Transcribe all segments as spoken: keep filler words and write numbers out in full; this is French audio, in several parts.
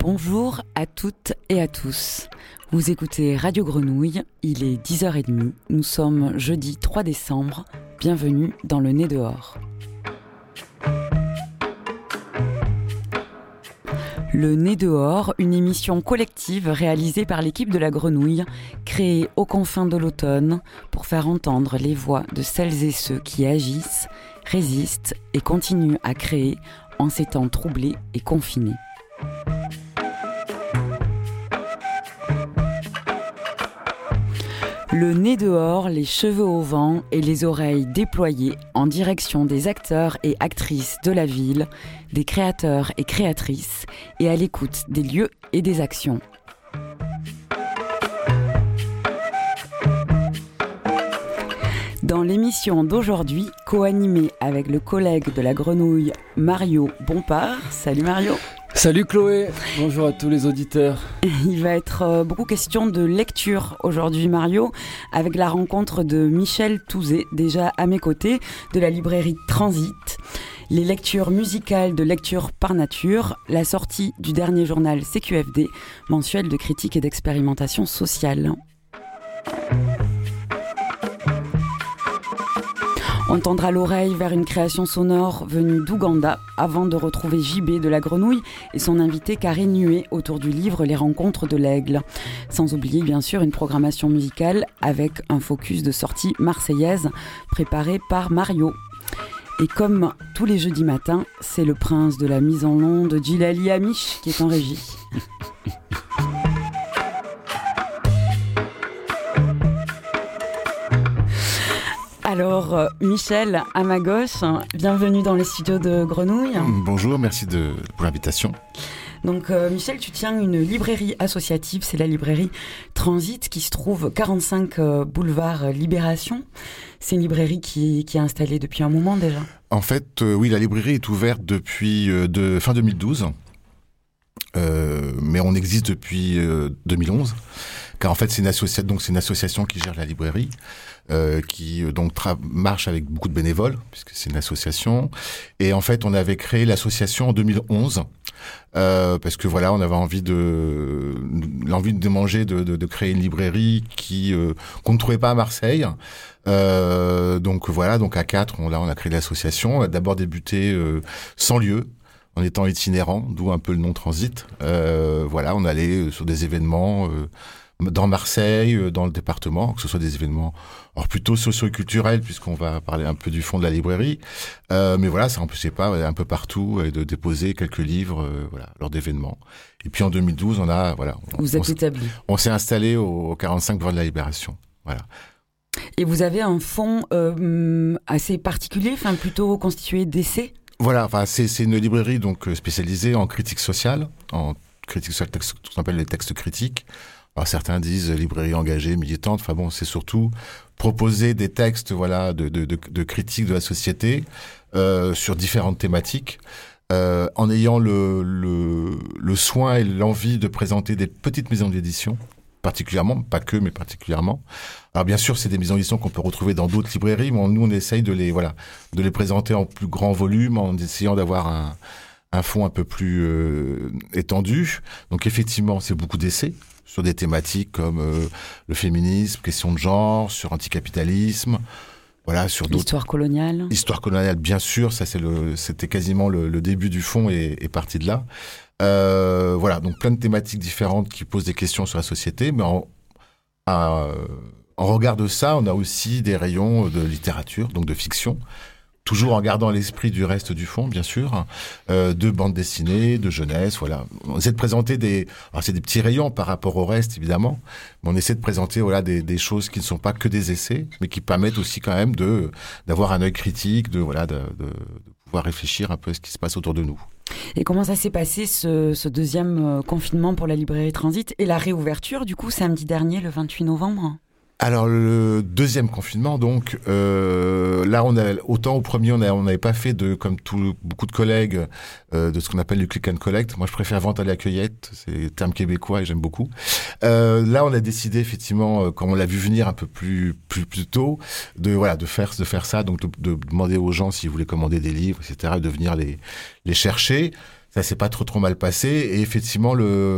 Bonjour à toutes et à tous. Vous écoutez Radio Grenouille, il est dix heures trente, nous sommes jeudi trois décembre, bienvenue dans le Nez dehors. Le Nez dehors, une émission collective réalisée par l'équipe de la Grenouille, créée aux confins de l'automne pour faire entendre les voix de celles et ceux qui agissent, résistent et continuent à créer en ces temps troublés et confinés. Le nez dehors, les cheveux au vent et les oreilles déployées en direction des acteurs et actrices de la ville, des créateurs et créatrices, et à l'écoute des lieux et des actions. Dans l'émission d'aujourd'hui, co-animée avec le collègue de la Grenouille, Mario Bompard. Salut Mario. Salut Chloé, bonjour à tous les auditeurs. Il va être beaucoup question de lecture aujourd'hui Mario, avec la rencontre de Michel Touzé, déjà à mes côtés, de la librairie Transit, les lectures musicales de Lecture par Nature, la sortie du dernier journal C Q F D, mensuel de critique et d'expérimentation sociale. On tendra l'oreille vers une création sonore venue d'Ouganda avant de retrouver J B de la Grenouille et son invité Karine Huet autour du livre Les Rencontres de l'Aigle. Sans oublier bien sûr une programmation musicale avec un focus de sortie marseillaise préparé par Mario. Et comme tous les jeudis matins, c'est le prince de la mise en onde, Djilali Amish, qui est en régie. Alors, euh, Michel, à ma gauche, bienvenue dans les studios de Grenouille. Bonjour, merci de, pour l'invitation. Donc, euh, Michel, tu tiens une librairie associative, c'est la librairie Transit, qui se trouve quarante-cinq euh, boulevard Libération. C'est une librairie qui, qui est installée depuis un moment déjà. En fait, euh, oui, la librairie est ouverte depuis euh, de, fin deux mille douze, euh, mais on existe depuis euh, deux mille onze, car en fait, c'est une, associa- donc, c'est une association qui gère la librairie. Euh, qui donc tra- marche avec beaucoup de bénévoles puisque c'est une association, et en fait on avait créé l'association en deux mille onze euh, parce que voilà on avait envie de l'envie de manger de, de, de créer une librairie qui euh, qu'on ne trouvait pas à Marseille, euh, donc voilà donc à quatre on là on a créé l'association. On a d'abord débuté euh, sans lieu, en étant itinérant, d'où un peu le nom Transit. Euh, voilà on allait sur des événements euh, dans Marseille, dans le département, que ce soit des événements alors plutôt socio-culturels, puisqu'on va parler un peu du fond de la librairie, euh, mais voilà, ça n'empêchait pas un peu partout de déposer quelques livres euh, voilà, lors d'événements. Et puis en deux mille douze, on a voilà, on, vous êtes on, établi. On s'est installé au quarante-cinq boulevard de la Libération, voilà. Et vous avez un fonds euh, assez particulier, enfin plutôt constitué d'essais. Voilà, enfin c'est, c'est une librairie donc spécialisée en critique sociale, en critique sociale, texte, ce qu'on appelle les textes critiques. Alors certains disent librairie engagée, militante. Enfin bon, c'est surtout proposer des textes, voilà, de, de, de, de critique de la société euh, sur différentes thématiques, euh, en ayant le, le, le soin et l'envie de présenter des petites maisons d'édition, particulièrement, pas que, mais particulièrement. Alors bien sûr, c'est des maisons d'édition qu'on peut retrouver dans d'autres librairies, mais nous on essaye de les, voilà, de les présenter en plus grand volume, en essayant d'avoir un, un fond un peu plus euh, étendu. Donc effectivement, c'est beaucoup d'essais sur des thématiques comme euh, le féminisme, question de genre, sur anticapitalisme, voilà, sur d'autres... L'histoire coloniale. Histoire coloniale, bien sûr, ça c'est le, c'était quasiment le, le début du fond et, et parti de là. Euh, voilà, donc plein de thématiques différentes qui posent des questions sur la société, mais en, à, en regard de ça, on a aussi des rayons de littérature, donc de fiction, toujours en gardant l'esprit du reste du fond, bien sûr, euh, de bandes dessinées, de jeunesse, voilà. On essaie de présenter des... Alors, c'est des petits rayons par rapport au reste, évidemment, mais on essaie de présenter voilà, des, des choses qui ne sont pas que des essais, mais qui permettent aussi quand même de, d'avoir un œil critique, de, voilà, de, de, de pouvoir réfléchir un peu à ce qui se passe autour de nous. Et comment ça s'est passé, ce, ce deuxième confinement pour la librairie Transit et la réouverture, du coup, samedi dernier, le vingt-huit novembre ? Alors le deuxième confinement, donc euh, là on a autant au premier on a, on n'avait pas fait de comme tout, beaucoup de collègues euh, de ce qu'on appelle le click and collect. Moi je préfère vente à la cueillette, c'est un terme québécois et j'aime beaucoup. Euh, là on a décidé effectivement, euh, comme on l'a vu venir un peu plus plus plus tôt, de voilà de faire de faire ça, donc de, de demander aux gens s'ils voulaient commander des livres, et cetera, et de venir les les chercher. Ça s'est pas trop trop mal passé. Et effectivement,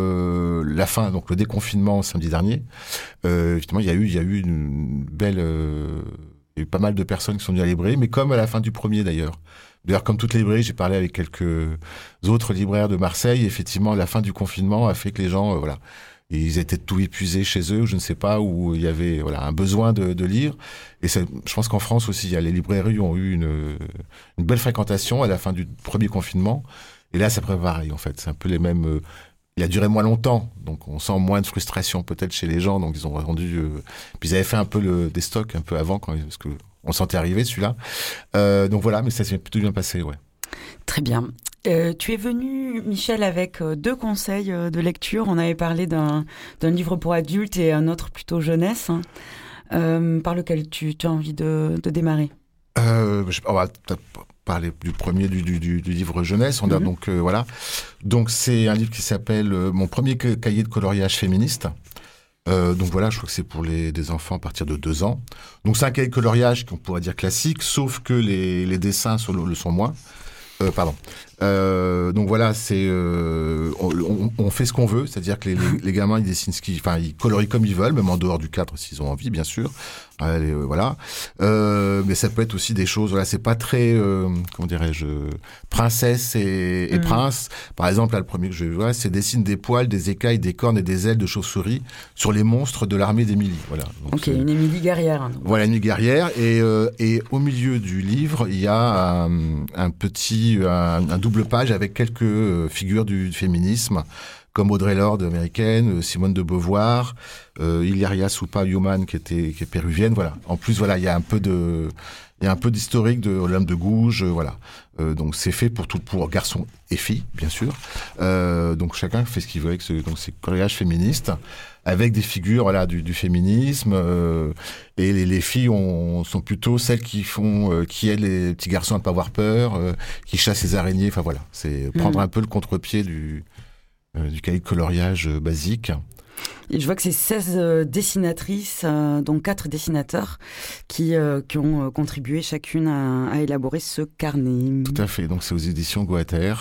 le la fin, donc le déconfinement samedi dernier, euh, effectivement, il y a eu il y a eu une belle, euh, il y a eu pas mal de personnes qui sont venues à la librairie, mais comme à la fin du premier d'ailleurs. D'ailleurs, comme toutes les librairies, j'ai parlé avec quelques autres libraires de Marseille. Effectivement, la fin du confinement a fait que les gens, euh, voilà, ils étaient tout épuisés chez eux, je ne sais pas, où il y avait voilà un besoin de, de lire. Et ça, je pense qu'en France aussi, il y a, les librairies ont eu une, une belle fréquentation à la fin du premier confinement. Et là, c'est pareil, en fait. C'est un peu les mêmes. Euh, il a duré moins longtemps, donc on sent moins de frustration peut-être chez les gens. Donc ils ont rendu. Euh, puis ils avaient fait un peu le, des stocks un peu avant, quand, parce que on sentait arriver celui-là. Euh, donc voilà, mais ça s'est plutôt bien passé, ouais. Très bien. Euh, tu es venu, Michel, avec euh, deux conseils euh, de lecture. On avait parlé d'un, d'un livre pour adultes et un autre plutôt jeunesse, hein, euh, par lequel tu, tu as envie de, de démarrer. Euh, je, on va parler du premier du, du, du, du livre jeunesse. On a mm-hmm. donc euh, voilà. Donc c'est un livre qui s'appelle euh, Mon premier cahier de coloriage féministe. Euh, donc voilà, je crois que c'est pour les des enfants à partir de deux ans. Donc c'est un cahier de coloriage qu'on pourrait dire classique, sauf que les, les dessins sont, le sont moins. Euh, pardon. Euh, donc voilà, c'est euh, on, on fait ce qu'on veut, c'est-à-dire que les, les, les gamins ils dessinent ce qu'ils, enfin ils colorient comme ils veulent, même en dehors du cadre s'ils ont envie, bien sûr. Allez, euh, voilà. Euh, mais ça peut être aussi des choses. Voilà, c'est pas très, euh, comment dirais-je, princesse et, et mmh. prince. Par exemple, là, le premier que je vois, c'est dessine des poils, des écailles, des cornes et des ailes de chauve-souris sur les monstres de l'armée d'Émilie. Voilà. Donc, ok, c'est, une Émilie guerrière. Donc. Voilà, une Émilie guerrière. Et, euh, et au milieu du livre, il y a un, un petit, un, un double page avec quelques figures du féminisme, comme Audre Lorde américaine, Simone de Beauvoir, euh, Ilaria Soupa Human qui était qui est péruvienne, voilà. En plus, voilà, il y a un peu de il y a un peu d'historique de l'homme de Gouges, euh, voilà. Euh, donc c'est fait pour tout, pour garçons et filles, bien sûr. Euh, donc chacun fait ce qu'il veut avec ce, donc c'est coloriage féministe avec des figures, voilà, du, du féminisme. Euh, et les, les filles ont, sont plutôt celles qui font, euh, qui aident les petits garçons à ne pas avoir peur, euh, qui chassent les araignées. Enfin voilà, c'est prendre mmh. un peu le contre-pied du Euh, du cahier de coloriage euh, basique. Et je vois que c'est seize euh, dessinatrices, euh, dont quatre dessinateurs, qui, euh, qui ont euh, contribué chacune à, à élaborer ce carnet. Tout à fait, donc c'est aux éditions Goater.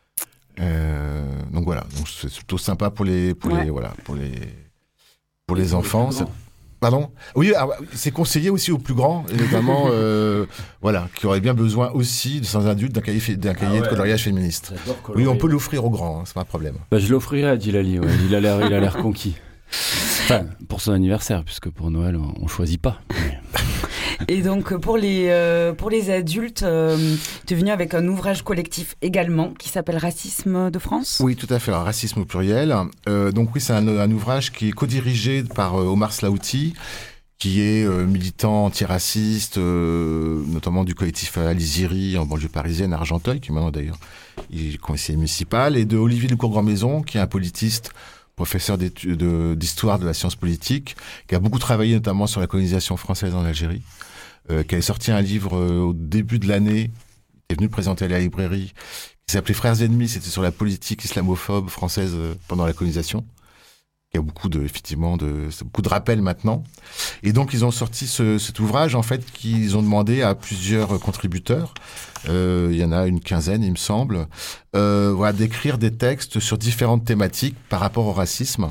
Euh, donc voilà, donc c'est plutôt sympa pour les, pour ouais. les, voilà, pour les, pour les enfants. Les Pardon ? Oui, alors, c'est conseillé aussi aux plus grands, notamment, euh, voilà, qui auraient bien besoin aussi, sans adulte, d'un cahier, d'un cahier ah ouais. de coloriage féministe. Oui, on peut l'offrir aux grands, hein, c'est pas un problème. Bah, je l'offrirai à Djilali, ouais. il a l'air, il a l'air conquis. Enfin, pour son anniversaire, puisque pour Noël, on, on choisit pas. Et donc, pour les, euh, pour les adultes, euh, tu es venu avec un ouvrage collectif également qui s'appelle Racisme de France ? Oui, tout à fait, alors, Racisme au pluriel. Euh, donc oui, c'est un, un ouvrage qui est co-dirigé par euh, Omar Slaouti, qui est euh, militant antiraciste, euh, notamment du collectif Aliziri en banlieue parisienne, à Argenteuil, qui maintenant d'ailleurs est conseiller municipal, et de Olivier Lecourt-Grandmaison, qui est un politiste, professeur de, d'histoire de la science politique, qui a beaucoup travaillé notamment sur la colonisation française en Algérie, euh, qui avait sorti un livre euh, au début de l'année, qui est venu le présenter à la librairie, qui s'appelait Frères ennemis, c'était sur la politique islamophobe française euh, pendant la colonisation. Il y a beaucoup de, effectivement, de, beaucoup de rappels maintenant. Et donc, ils ont sorti ce, cet ouvrage, en fait, qu'ils ont demandé à plusieurs contributeurs. Euh, il y en a une quinzaine, il me semble. Euh, voilà, d'écrire des textes sur différentes thématiques par rapport au racisme.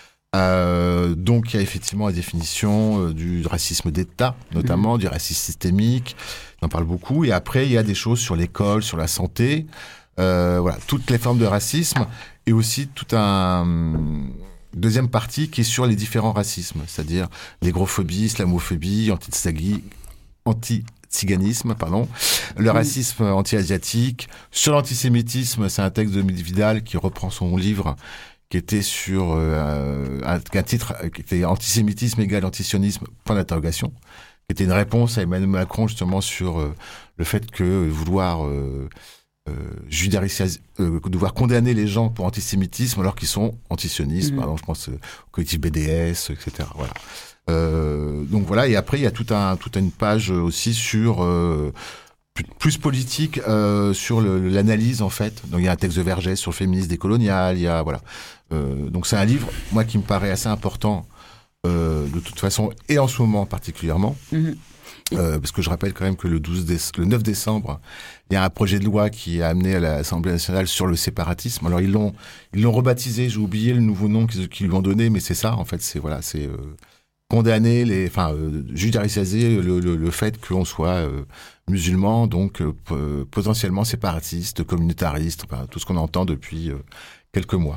Euh, donc, il y a effectivement la définition euh, du racisme d'État, notamment, mmh. du racisme systémique. On en parle beaucoup. Et après, il y a des choses sur l'école, sur la santé. Euh, voilà, toutes les formes de racisme. Et aussi tout un... Deuxième partie qui est sur les différents racismes, c'est-à-dire l'égrophobie, islamophobie, anti-tzaghi, anti-tziganisme, pardon, le mmh. racisme anti-asiatique. Sur l'antisémitisme, c'est un texte de Vidal qui reprend son livre qui était sur euh, un, un titre qui était Antisémitisme égale antisionisme, point d'interrogation, qui était une réponse à Emmanuel Macron justement sur euh, le fait que vouloir... Euh, Euh, judiciaire, euh, devoir condamner les gens pour antisémitisme alors qu'ils sont antisionistes, mmh. par exemple, je pense euh, au collectif B D S, et cetera. Voilà. Euh, donc voilà, et après il y a tout un, toute une page aussi sur euh, plus, plus politique euh, sur le, l'analyse en fait. Donc il y a un texte de Vergès sur le féminisme décolonial. Il y a voilà. Euh, donc c'est un livre, moi qui me paraît assez important euh, de toute façon et en ce moment particulièrement. Mmh. Euh, parce que je rappelle quand même que le, douze déce- le neuf décembre, il y a un projet de loi qui est amené à l'Assemblée nationale sur le séparatisme. Alors ils l'ont, ils l'ont rebaptisé, j'ai oublié le nouveau nom qu'ils, qu'ils lui ont donné, mais c'est ça, en fait, c'est voilà, c'est euh, condamner les, enfin, euh, judiciariser le, le, le fait qu'on soit euh, musulman, donc euh, p- potentiellement séparatiste, communautariste, enfin, tout ce qu'on entend depuis euh, quelques mois.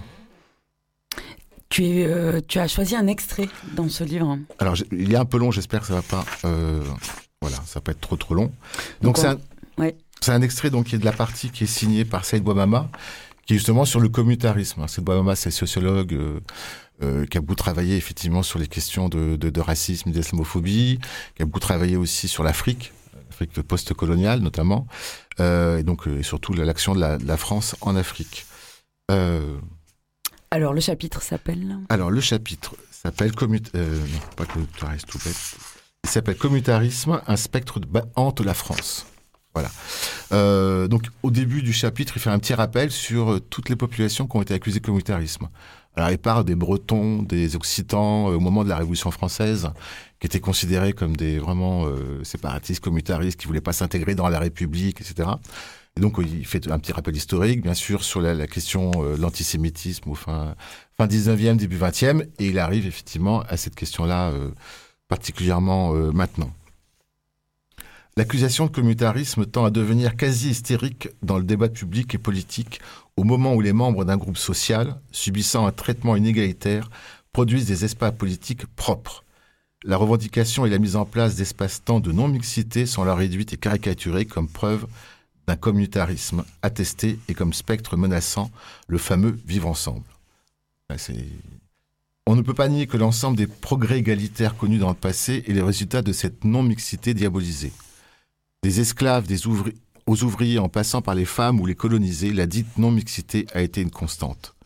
Tu, es, euh, tu as choisi un extrait dans ce livre. Alors, il est un peu long, j'espère que ça va pas. Euh, voilà, ça va pas être trop trop long. Donc, donc c'est, un, ouais. c'est un extrait donc, qui est de la partie qui est signée par Saïd Bouamama, qui est justement sur le communautarisme. Saïd Bouamama, c'est sociologue euh, euh, qui a beaucoup travaillé effectivement sur les questions de, de, de racisme, d'islamophobie, qui a beaucoup travaillé aussi sur l'Afrique, l'Afrique post-coloniale notamment, euh, et donc euh, et surtout l'action de la, de la France en Afrique. Euh, Alors, le chapitre s'appelle Alors, le chapitre s'appelle commut... euh, non, pas communautarisme, tout bête. Il s'appelle Communautarisme, un spectre de ba- hante la France. Voilà. Euh, donc, au début du chapitre, il fait un petit rappel sur euh, toutes les populations qui ont été accusées de communautarisme. Alors, il parle des Bretons, des Occitans, euh, au moment de la Révolution française, qui étaient considérés comme des vraiment euh, séparatistes, communautaristes, qui voulaient pas s'intégrer dans la République, et cetera. Et donc, il fait un petit rappel historique, bien sûr, sur la, la question euh, de l'antisémitisme au fin, fin dix-neuvième, début vingtième, et il arrive effectivement à cette question-là, euh, particulièrement euh, maintenant. L'accusation de communautarisme tend à devenir quasi hystérique dans le débat public et politique au moment où les membres d'un groupe social, subissant un traitement inégalitaire, produisent des espaces politiques propres. La revendication et la mise en place d'espaces-temps de non-mixité sont alors réduites et caricaturées comme preuve d'un communautarisme attesté et comme spectre menaçant le fameux vivre ensemble. C'est... On ne peut pas nier que l'ensemble des progrès égalitaires connus dans le passé est le résultat de cette non-mixité diabolisée. Des esclaves des ouvri... aux ouvriers en passant par les femmes ou les colonisés, la dite non-mixité a été une constante.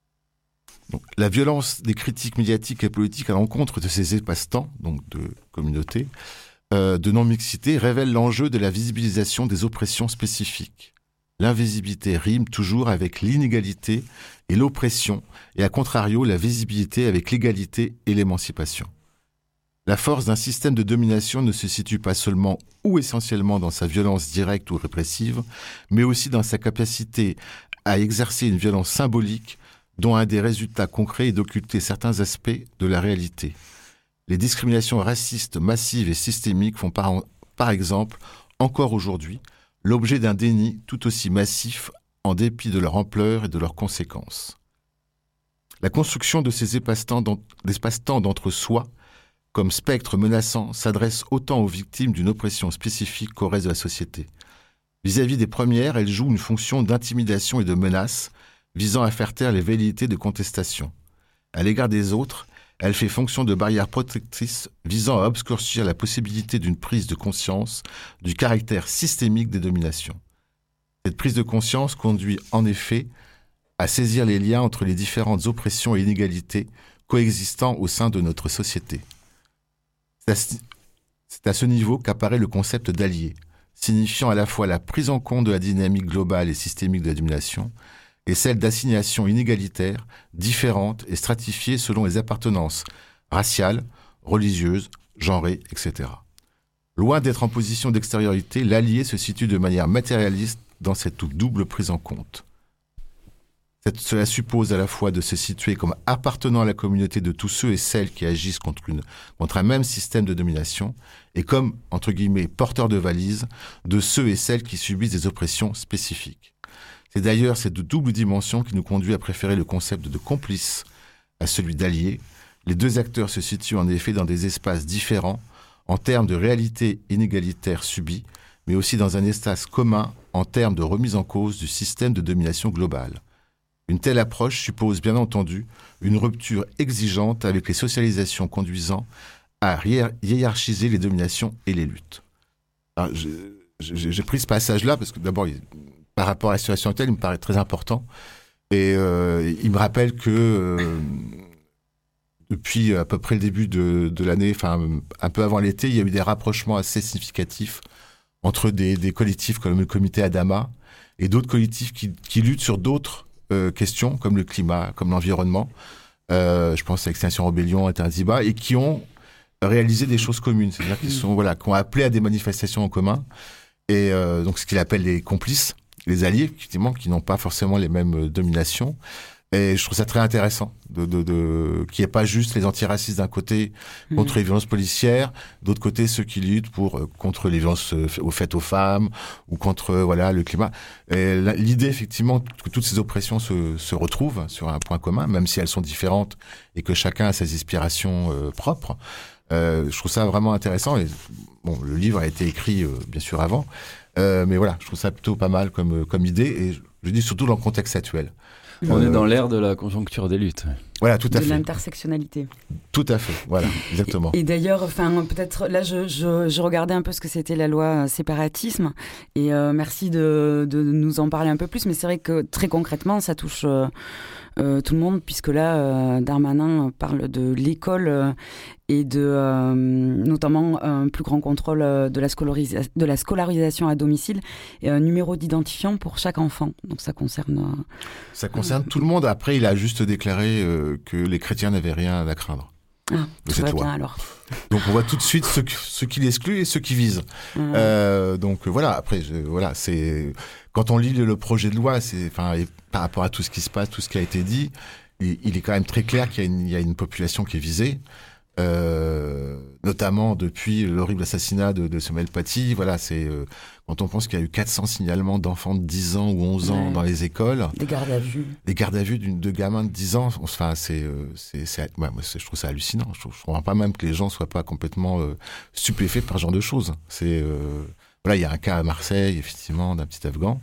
Donc, la violence des critiques médiatiques et politiques à l'encontre de ces espaces-temps, donc de communauté, euh, de non-mixité, révèle l'enjeu de la visibilisation des oppressions spécifiques. L'invisibilité rime toujours avec l'inégalité et l'oppression, et à contrario, la visibilité avec l'égalité et l'émancipation. La force d'un système de domination ne se situe pas seulement ou essentiellement dans sa violence directe ou répressive, mais aussi dans sa capacité à exercer une violence symbolique dont un des résultats concrets est d'occulter certains aspects de la réalité. Les discriminations racistes massives et systémiques font par, par exemple, encore aujourd'hui, l'objet d'un déni tout aussi massif en dépit de leur ampleur et de leurs conséquences. La construction de ces espaces-temps d'entre-soi, comme spectre menaçant, s'adresse autant aux victimes d'une oppression spécifique qu'au reste de la société. Vis-à-vis des premières, elle joue une fonction d'intimidation et de menace, visant à faire taire les velléités de contestation. À l'égard des autres, elle fait fonction de barrière protectrice visant à obscurcir la possibilité d'une prise de conscience du caractère systémique des dominations. Cette prise de conscience conduit en effet à saisir les liens entre les différentes oppressions et inégalités coexistant au sein de notre société. C'est à ce niveau qu'apparaît le concept d'allié, signifiant à la fois la prise en compte de la dynamique globale et systémique de la domination et celle d'assignations inégalitaires, différentes et stratifiées selon les appartenances raciales, religieuses, genrées, et cetera. Loin d'être en position d'extériorité, l'allié se situe de manière matérialiste dans cette double prise en compte. Cette, cela suppose à la fois de se situer comme appartenant à la communauté de tous ceux et celles qui agissent contre, une, contre un même système de domination et comme, entre guillemets, porteurs de valises de ceux et celles qui subissent des oppressions spécifiques. C'est d'ailleurs cette double dimension qui nous conduit à préférer le concept de complice à celui d'allié. Les deux acteurs se situent en effet dans des espaces différents en termes de réalité inégalitaire subie, mais aussi dans un espace commun en termes de remise en cause du système de domination globale. Une telle approche suppose bien entendu une rupture exigeante avec les socialisations conduisant à hiérarchiser les dominations et les luttes. Alors, j'ai, j'ai pris ce passage-là parce que d'abord, il, par rapport à la situation actuelle, il me paraît très important. Et euh, il me rappelle que euh, depuis à peu près le début de, de l'année, enfin un peu avant l'été, il y a eu des rapprochements assez significatifs entre des, des collectifs comme le comité Adama et d'autres collectifs qui, qui luttent sur d'autres euh, questions comme le climat, comme l'environnement. Euh, je pense à Extinction Rebellion, Interziba, et qui ont réaliser des choses communes, c'est-à-dire qu'ils sont voilà, qui ont appelé à des manifestations en commun, et euh, donc ce qu'il appelle les complices, les alliés, effectivement, qui n'ont pas forcément les mêmes dominations. Et je trouve ça très intéressant de, de, de qu'il n'y ait pas juste les antiracistes d'un côté contre mmh. les violences policières, d'autre côté ceux qui luttent pour euh, contre les violences euh, faites aux femmes ou contre euh, voilà le climat. Et l'idée effectivement que toutes ces oppressions se, se retrouvent sur un point commun, même si elles sont différentes et que chacun a ses inspirations euh, propres. Euh, je trouve ça vraiment intéressant. Et, bon, le livre a été écrit euh, bien sûr avant, euh, mais voilà, je trouve ça plutôt pas mal comme comme idée. Et je, je dis surtout dans le contexte actuel. On euh, est dans l'ère de la conjoncture des luttes. Voilà, tout à de fait. De l'intersectionnalité. Tout à fait, voilà, exactement. Et, et d'ailleurs, enfin, peut-être, là, je, je, je regardais un peu ce que c'était la loi séparatisme, et euh, merci de, de nous en parler un peu plus, mais c'est vrai que très concrètement, ça touche euh, euh, tout le monde, puisque là, euh, Darmanin parle de l'école euh, et de, euh, notamment, un plus grand contrôle de la, scolarisa- de la scolarisation à domicile et un numéro d'identifiant pour chaque enfant. Donc ça concerne... Euh, ça concerne euh, tout le monde. Après, il a juste déclaré euh, que les chrétiens n'avaient rien à craindre. Ah, de cette loi. Bien, alors. Donc on voit tout de suite ceux, ceux qui l'excluent et ceux qui visent. Mmh. Euh, donc voilà, après, je, voilà, c'est quand on lit le, le projet de loi, c'est, enfin, par rapport à tout ce qui se passe, tout ce qui a été dit, il, il est quand même très clair qu'il y a une, il y a une population qui est visée. Euh, notamment depuis l'horrible assassinat de, de Samuel Paty. Voilà, c'est euh, quand on pense qu'il y a eu quatre cents signalements d'enfants de dix ans ou onze ans ouais. dans les écoles. Des gardes à vue. Des gardes à vue de gamins de dix ans. Enfin, c'est, euh, c'est, c'est, ouais, moi, c'est, je trouve ça hallucinant. Je, trouve, je comprends pas même que les gens soient pas complètement euh, stupéfaits par ce genre de choses. C'est, euh, voilà, il y a un cas à Marseille, effectivement, d'un petit Afghan.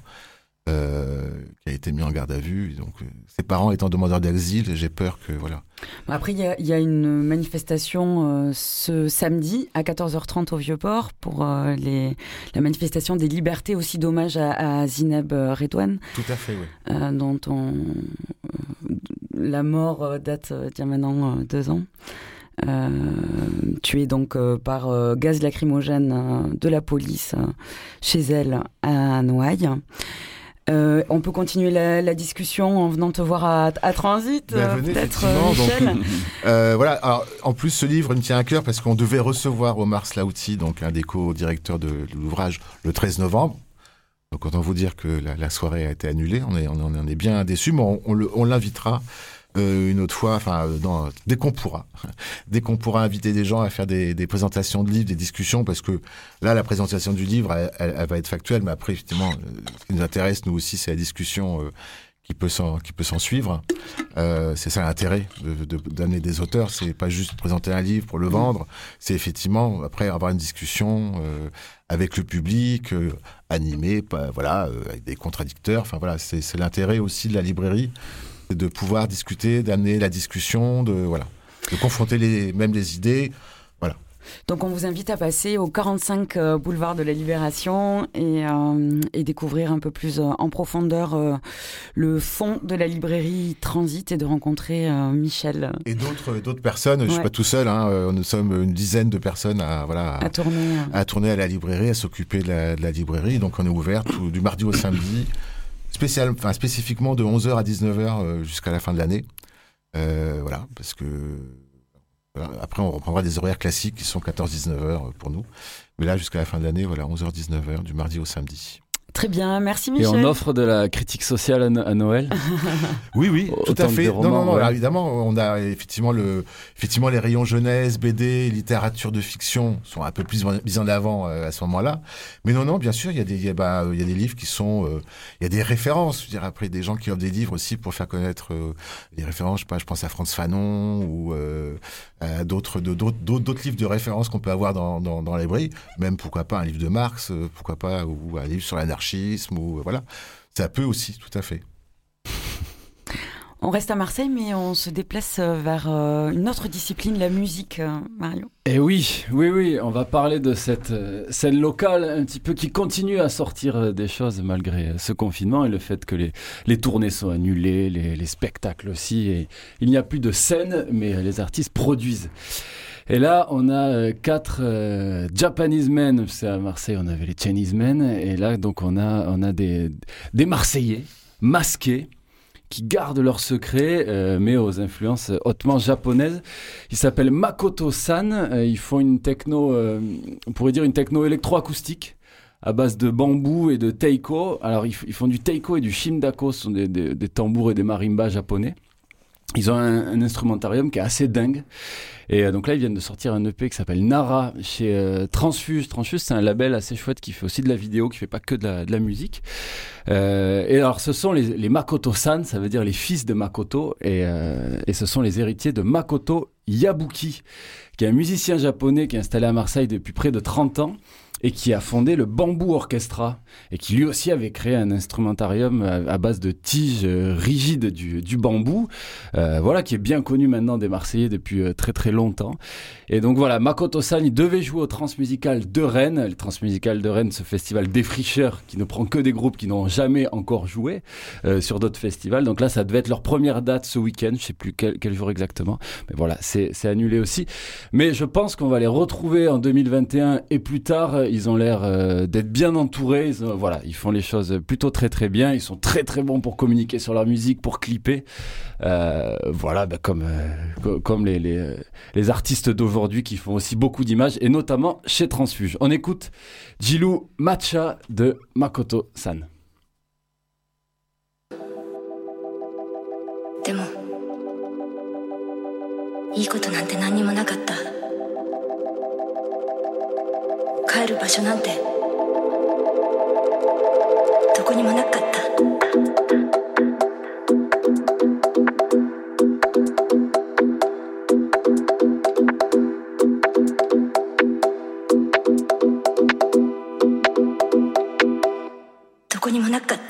Euh, qui a été mis en garde à vue. Donc, euh, ses parents étant demandeurs d'asile, j'ai peur que voilà. Après, il y, y a une manifestation euh, ce samedi à quatorze heures trente au Vieux-Port pour euh, les, la manifestation des libertés, aussi d'hommage à, à Zineb Redouane. Tout à fait, oui. Euh, dont on, euh, la mort date d'il y a maintenant euh, deux ans. Euh, tuée donc euh, par euh, gaz lacrymogène euh, de la police euh, chez elle à Noailles. Euh, on peut continuer la, la discussion en venant te voir à, à Transit, ben, venez, peut-être, euh, Michel. Donc, euh, voilà. Alors, en plus, ce livre me tient à cœur parce qu'on devait recevoir Omar Slaouti, donc un des co-directeurs de, de l'ouvrage, le treize novembre. Donc, autant vous dire que la, la soirée a été annulée. On est, on, on est bien déçus, mais on, on, le, on l'invitera euh, une autre fois, enfin, dans, dès qu'on pourra. Dès qu'on pourra inviter des gens à faire des, des présentations de livres, des discussions, parce que là, la présentation du livre, elle, elle, elle va être factuelle, mais après, effectivement, ce qui nous intéresse, nous aussi, c'est la discussion euh, qui peut s'en, qui peut s'en suivre. Euh, c'est ça l'intérêt de, de, d'amener des auteurs, c'est pas juste présenter un livre pour le vendre, c'est effectivement, après, avoir une discussion euh, avec le public, euh, animé, pas, voilà, euh, avec des contradicteurs, enfin voilà, c'est, c'est l'intérêt aussi de la librairie, de pouvoir discuter, d'amener la discussion, de voilà, de confronter les, même les idées, voilà. Donc on vous invite à passer au quarante-cinq euh, boulevard de la Libération et, euh, et découvrir un peu plus euh, en profondeur euh, le fond de la librairie Transit et de rencontrer euh, Michel. Et d'autres, d'autres personnes, ouais. Je ne suis pas tout seul, hein, nous sommes une dizaine de personnes à, voilà, à, à, tourner, à tourner à la librairie, à s'occuper de la, de la librairie. Donc on est ouvert tout, du mardi au samedi. Spécial, enfin, spécifiquement de onze heures à dix-neuf heures euh, jusqu'à la fin de l'année. Euh, voilà, parce que voilà, après on reprendra des horaires classiques qui sont quatorze à dix-neuf heures pour nous. Mais là, jusqu'à la fin de l'année, voilà, onze heures à dix-neuf heures du mardi au samedi. Très bien, merci Michel. Et on offre de la critique sociale à, no- à Noël. Oui, oui, tout Autant à fait. Romans, non, non, non. ouais. Alors, évidemment, on a effectivement le, effectivement les rayons jeunesse, B D, littérature de fiction sont un peu plus mis en avant euh, à ce moment-là. Mais non, non, bien sûr, il y a des, il y a, bah, il y a des livres qui sont, euh, il y a des références. Je veux dire, après, des gens qui offrent des livres aussi pour faire connaître euh, des références. Je sais pas, je pense à Frantz Fanon ou euh, à d'autres, de, d'autres, d'autres, d'autres livres de référence qu'on peut avoir dans, dans, dans la librairie. Même pourquoi pas un livre de Marx, euh, pourquoi pas ou un livre sur l'anarchisme ou voilà, ça peut aussi, tout à fait. On reste à Marseille, mais on se déplace vers euh, une autre discipline, la musique, euh, Mario. Et oui, oui, oui, on va parler de cette euh, scène locale un petit peu qui continue à sortir euh, des choses malgré ce confinement et le fait que les, les tournées sont annulées, les, les spectacles aussi. Et il n'y a plus de scène, mais les artistes produisent. Et là, on a euh, quatre euh, Japanese men. C'est à Marseille, on avait les Chinese men. Et là, donc, on a, on a des, des Marseillais masqués qui gardent leur secret, euh, mais aux influences hautement japonaises. Ils s'appellent Makoto-san. Euh, ils font une techno, euh, on pourrait dire une techno électroacoustique à base de bambou et de teiko. Alors, ils, f- ils font du teiko et du shindako, ce sont des, des, des tambours et des marimbas japonais. Ils ont un, un instrumentarium qui est assez dingue. Et euh, donc là, ils viennent de sortir un E P qui s'appelle Nara chez euh, Transfuse. Transfuse, c'est un label assez chouette qui fait aussi de la vidéo, qui fait pas que de la, de la musique. Euh, et alors, ce sont les, les Makoto-san, ça veut dire les fils de Makoto. Et, euh, et ce sont les héritiers de Makoto Yabuki, qui est un musicien japonais qui est installé à Marseille depuis près de trente ans. Et qui a fondé le Bamboo Orchestra, et qui lui aussi avait créé un instrumentarium à, à base de tiges euh, rigides du, du bambou, euh, voilà, qui est bien connu maintenant des Marseillais depuis euh, très très longtemps. Et donc voilà, Makoto-san, il devait jouer au Transmusical de Rennes, le Transmusical de Rennes, ce festival défricheur qui ne prend que des groupes qui n'ont jamais encore joué euh, sur d'autres festivals. Donc là, ça devait être leur première date ce week-end, je sais plus quel, quel jour exactement, mais voilà, c'est, c'est annulé aussi. Mais je pense qu'on va les retrouver en deux mille vingt et un et plus tard. Ils ont l'air euh, d'être bien entourés. Ils, ont, voilà, ils font les choses plutôt très très bien. Ils sont très très bons pour communiquer sur leur musique, pour clipper. Euh, voilà, bah, comme, euh, comme les, les, les artistes d'aujourd'hui qui font aussi beaucoup d'images, et notamment chez Transfuge. On écoute Jilu Matcha de Makoto-san. でもいいことなんて何にもなかった。帰る場所なんてどこにもなかった。どこにもなかった。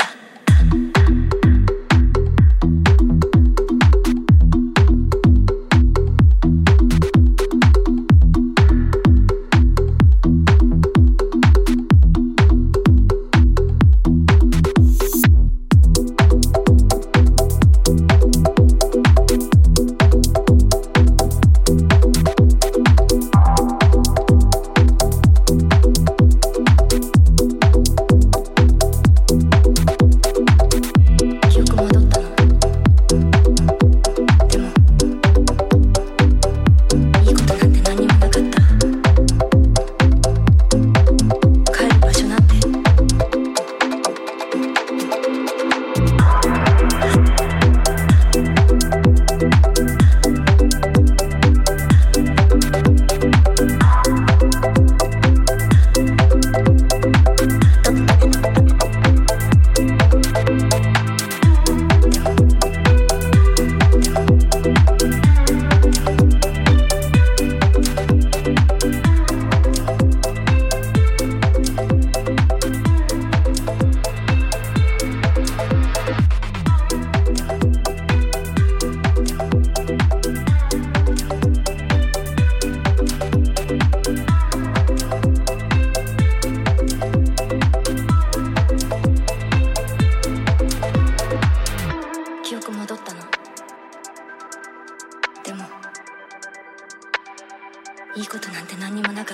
いいことなんて何にもなかった。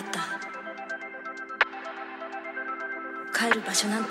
帰る場所なんて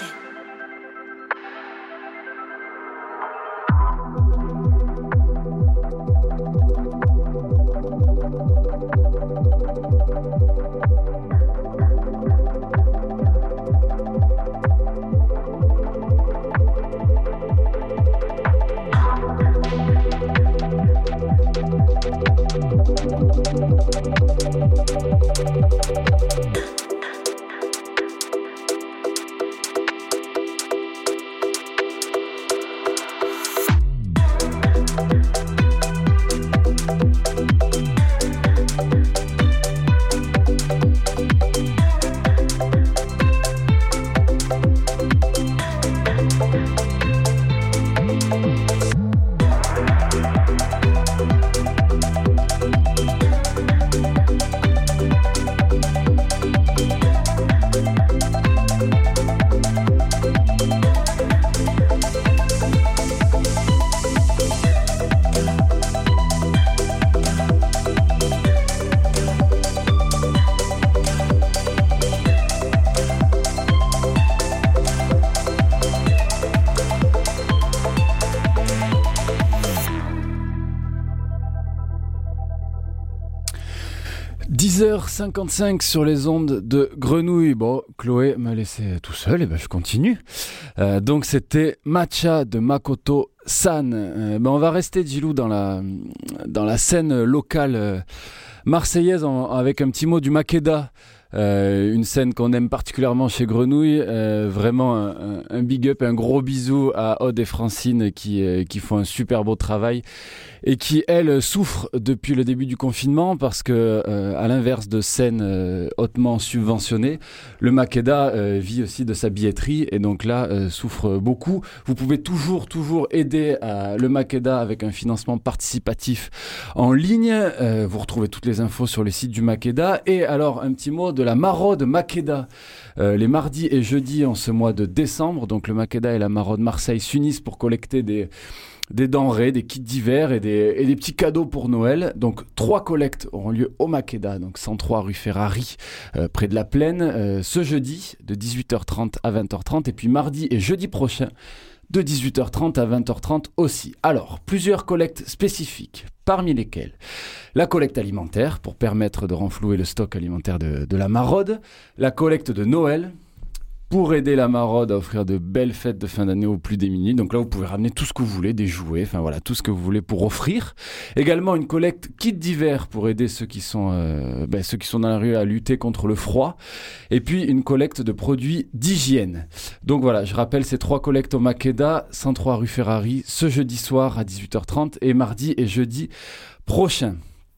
dix heures cinquante-cinq sur les ondes de Grenouille. Bon, Chloé m'a laissé tout seul, et ben je continue. Euh, donc c'était Matcha de Makoto San. Euh, ben on va rester, Djilou, dans la, dans la scène locale euh, marseillaise en, avec un petit mot du Makeda. Euh, une scène qu'on aime particulièrement chez Grenouille, euh, vraiment un, un big up, un gros bisou à Aude et Francine qui, euh, qui font un super beau travail et qui, elles, souffrent depuis le début du confinement parce que, euh, à l'inverse de scènes euh, hautement subventionnées, le Makeda euh, vit aussi de sa billetterie et donc là euh, souffre beaucoup. Vous pouvez toujours, toujours aider à le Makeda avec un financement participatif en ligne. Euh, vous retrouvez toutes les infos sur le site du Makeda. Et alors, un petit mot de la maraude Makeda. Euh, les mardis et jeudis en ce mois de décembre, donc le Makeda et la maraude Marseille s'unissent pour collecter des, des denrées, des kits d'hiver et des, et des petits cadeaux pour Noël. Donc trois collectes auront lieu au Makeda, donc cent trois rue Ferrari, euh, près de la Plaine, euh, ce jeudi de dix-huit heures trente à vingt heures trente et puis mardi et jeudi prochain de dix-huit heures trente à vingt heures trente aussi. Alors, plusieurs collectes spécifiques, parmi lesquelles la collecte alimentaire, pour permettre de renflouer le stock alimentaire de, de la maraude, la collecte de Noël, pour aider la maraude à offrir de belles fêtes de fin d'année aux plus démunis. Donc là, vous pouvez ramener tout ce que vous voulez, des jouets, enfin voilà, tout ce que vous voulez pour offrir. Également, une collecte kit d'hiver pour aider ceux qui sont, euh, ben, ceux qui sont dans la rue à lutter contre le froid. Et puis, une collecte de produits d'hygiène. Donc voilà, je rappelle ces trois collectes au Makeda, cent trois rue Ferrari, ce jeudi soir à dix-huit heures trente et mardi et jeudi prochain.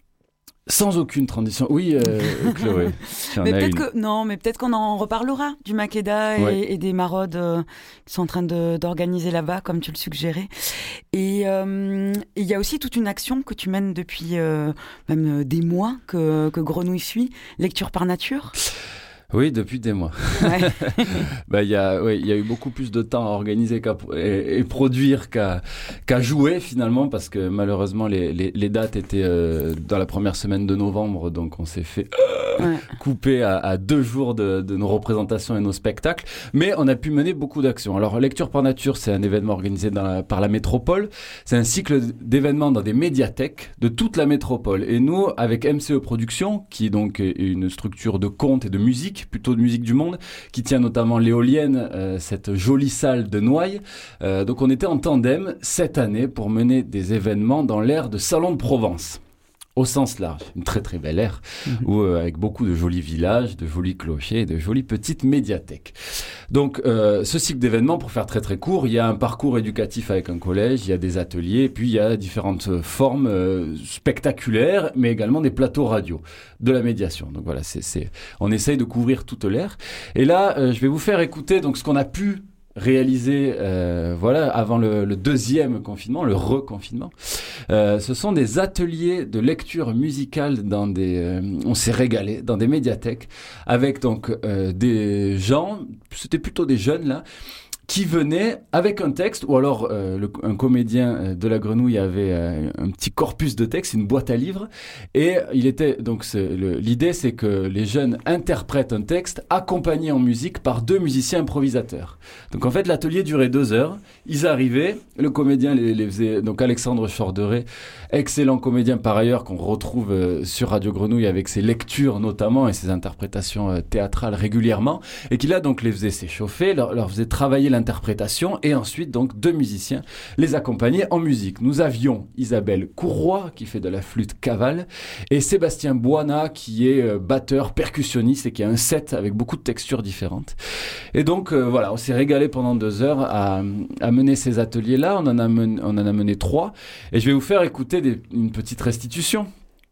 Sans aucune transition. Oui, euh, Chloé. Mais peut-être que, non, mais peut-être qu'on en reparlera du Makeda et, ouais. et des maraudes euh, qui sont en train de, d'organiser là-bas, comme tu le suggérais. Et il euh, y a aussi toute une action que tu mènes depuis euh, même des mois que, que Grenouille suit, Lecture par nature. Oui, depuis des mois. Ouais. bah, il y a, ouais, il y a eu beaucoup plus de temps à organiser qu'à, et, et produire qu'à, qu'à jouer finalement, parce que malheureusement les, les, les dates étaient euh, dans la première semaine de novembre, donc on s'est fait euh, ouais. couper à, à deux jours de, de nos représentations et nos spectacles, mais on a pu mener beaucoup d'actions. Alors, Lecture par nature, c'est un événement organisé dans la, par la métropole. C'est un cycle d'événements dans des médiathèques de toute la métropole. Et nous, avec M C E Productions, qui donc est une structure de contes et de musique, plutôt de musique du monde, qui tient notamment l'Éolienne, euh, cette jolie salle de Noailles. Euh, donc on était en tandem cette année pour mener des événements dans l'aire de Salon de Provence. Au sens large, une très très belle aire, mmh. où, euh, avec beaucoup de jolis villages, de jolis clochers et de jolies petites médiathèques. Donc euh, ce cycle d'événements, pour faire très très court, il y a un parcours éducatif avec un collège, il y a des ateliers, puis il y a différentes formes euh, spectaculaires, mais également des plateaux radio, de la médiation. Donc voilà, c'est, c'est, on essaye de couvrir toute l'aire. Et là, euh, je vais vous faire écouter donc ce qu'on a pu réalisé euh, voilà, avant le, le deuxième confinement, le reconfinement. Euh, ce sont des ateliers de lecture musicale dans des... Euh, on s'est régalé dans des médiathèques avec donc euh, des gens, c'était plutôt des jeunes là, qui venaient avec un texte, ou alors euh, le, un comédien de la Grenouille avait euh, un petit corpus de texte, une boîte à livres, et il était donc c'est, le, l'idée c'est que les jeunes interprètent un texte accompagné en musique par deux musiciens improvisateurs. Donc en fait l'atelier durait deux heures, ils arrivaient, le comédien les, les faisait, donc Alexandre Chorderet, excellent comédien par ailleurs qu'on retrouve euh, sur Radio Grenouille avec ses lectures notamment et ses interprétations euh, théâtrales régulièrement, et qui là donc les faisait s'échauffer, leur, leur faisait travailler l'interprétation, et ensuite donc deux musiciens les accompagnaient en musique. Nous avions Isabelle Courroy qui fait de la flûte cavale et Sébastien Boana qui est euh, batteur percussionniste et qui a un set avec beaucoup de textures différentes. Et donc euh, voilà, on s'est régalé pendant deux heures à, à mener ces ateliers là. On en a mené, on en a mené trois, et je vais vous faire écouter des, une petite restitution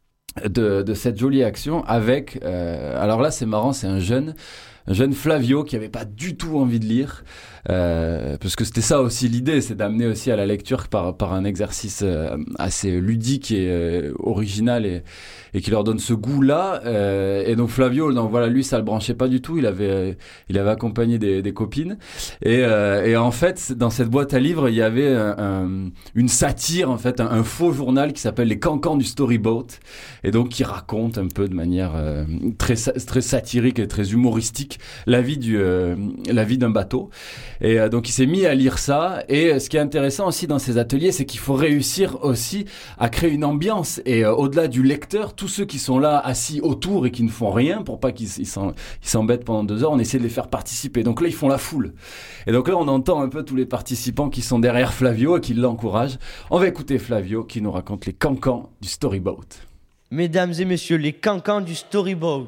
de, de cette jolie action avec euh, alors là c'est marrant, c'est un jeune un jeune Flavio qui avait pas du tout envie de lire, euh, parce que c'était ça aussi l'idée, c'est d'amener aussi à la lecture par, par un exercice euh, assez ludique et euh, original et, et qui leur donne ce goût-là. Euh, et donc Flavio, donc voilà, lui ça le branchait pas du tout, il avait, euh, il avait accompagné des, des copines. Et, euh, et en fait, dans cette boîte à livres, il y avait un, un, une satire, en fait, un, un faux journal qui s'appelle Les Cancans du Storyboat, et donc qui raconte un peu de manière euh, très, très satirique et très humoristique explique la vie, du, euh, la vie d'un bateau. Et euh, donc il s'est mis à lire ça. Et ce qui est intéressant aussi dans ces ateliers, c'est qu'il faut réussir aussi à créer une ambiance. Et euh, au-delà du lecteur, tous ceux qui sont là assis autour et qui ne font rien pour pas qu'ils ils s'en, ils s'embêtent pendant deux heures, on essaie de les faire participer. Donc là, ils font la foule. Et donc là, on entend un peu tous les participants qui sont derrière Flavio et qui l'encouragent. On va écouter Flavio qui nous raconte les cancans du storyboat. Mesdames et messieurs, les cancans du storyboat.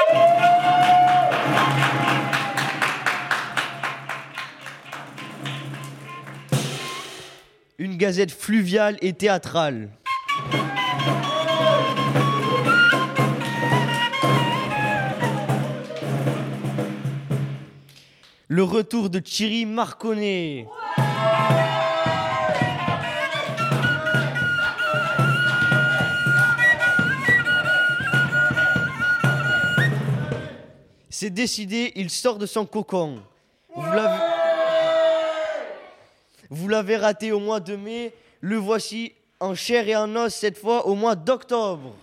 Une gazette fluviale et théâtrale. Le retour de Thierry Marconnet. C'est décidé, il sort de son cocon. Vous l'avez... Vous l'avez raté au mois de mai, le voici en chair et en os cette fois au mois d'octobre.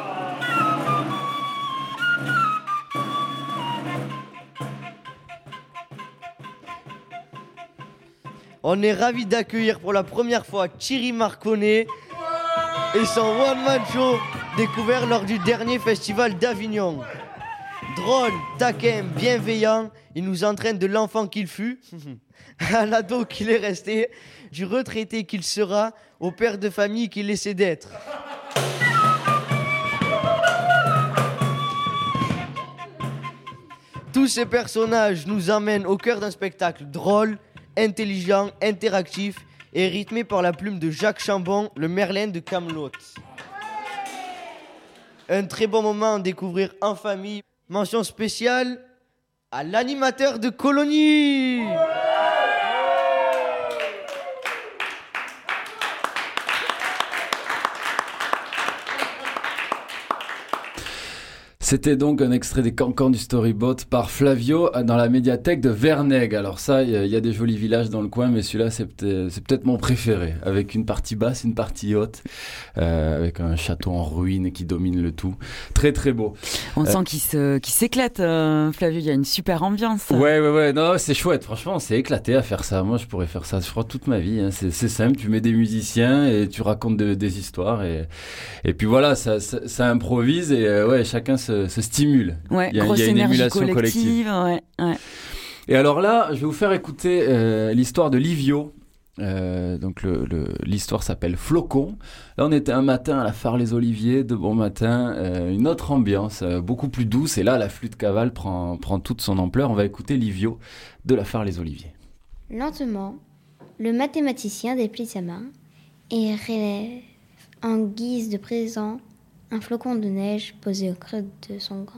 On est ravis d'accueillir pour la première fois Thierry Marconnet et son one-man show découvert lors du dernier festival d'Avignon. Drôle, taquin, bienveillant, il nous entraîne de l'enfant qu'il fut à l'ado qu'il est resté, du retraité qu'il sera, au père de famille qu'il essaie d'être. Tous ces personnages nous emmènent au cœur d'un spectacle drôle, intelligent, interactif et rythmé par la plume de Jacques Chambon, le Merlin de Kaamelott. Un très bon moment à découvrir en famille. Mention spéciale à l'animateur de Colonie. C'était donc un extrait des cancans du storyboat par Flavio dans la médiathèque de Vernègue. Alors ça, il y, y a des jolis villages dans le coin, mais celui-là, c'est peut-être, c'est peut-être mon préféré. Avec une partie basse, une partie haute, euh, avec un château en ruine qui domine le tout. Très très beau. On euh, sent qu'il, se, qu'il s'éclate, euh, Flavio, il y a une super ambiance. Ouais, ouais, ouais, non, c'est chouette. Franchement, on s'est éclaté à faire ça. Moi, je pourrais faire ça, je crois, toute ma vie. Hein. C'est, c'est simple, tu mets des musiciens et tu racontes de, des histoires. Et, et puis voilà, ça, ça, ça improvise et euh, ouais, chacun se se stimule. Ouais, il y a, grosse il y a une énergie émulation collective. collective. Ouais, ouais. Et alors là, je vais vous faire écouter euh, l'histoire de Livio. Euh, donc le, le, l'histoire s'appelle Flocon. Là, on était un matin à la Phare les Oliviers, de bon matin, euh, une autre ambiance, euh, beaucoup plus douce. Et là, la flûte cavale prend, prend toute son ampleur. On va écouter Livio de la Phare les Oliviers. Lentement, le mathématicien déplie sa main et relève en guise de présent un flocon de neige posé au creux de son gant.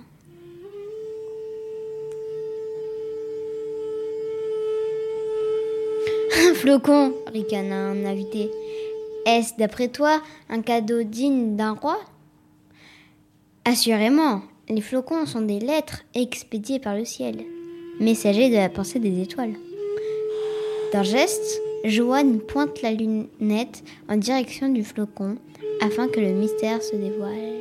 Un flocon, ricana un invité. Est-ce, d'après toi, un cadeau digne d'un roi ? Assurément, les flocons sont des lettres expédiées par le ciel, messagers de la pensée des étoiles. D'un geste, Joanne pointe la lunette en direction du flocon afin que le mystère se dévoile.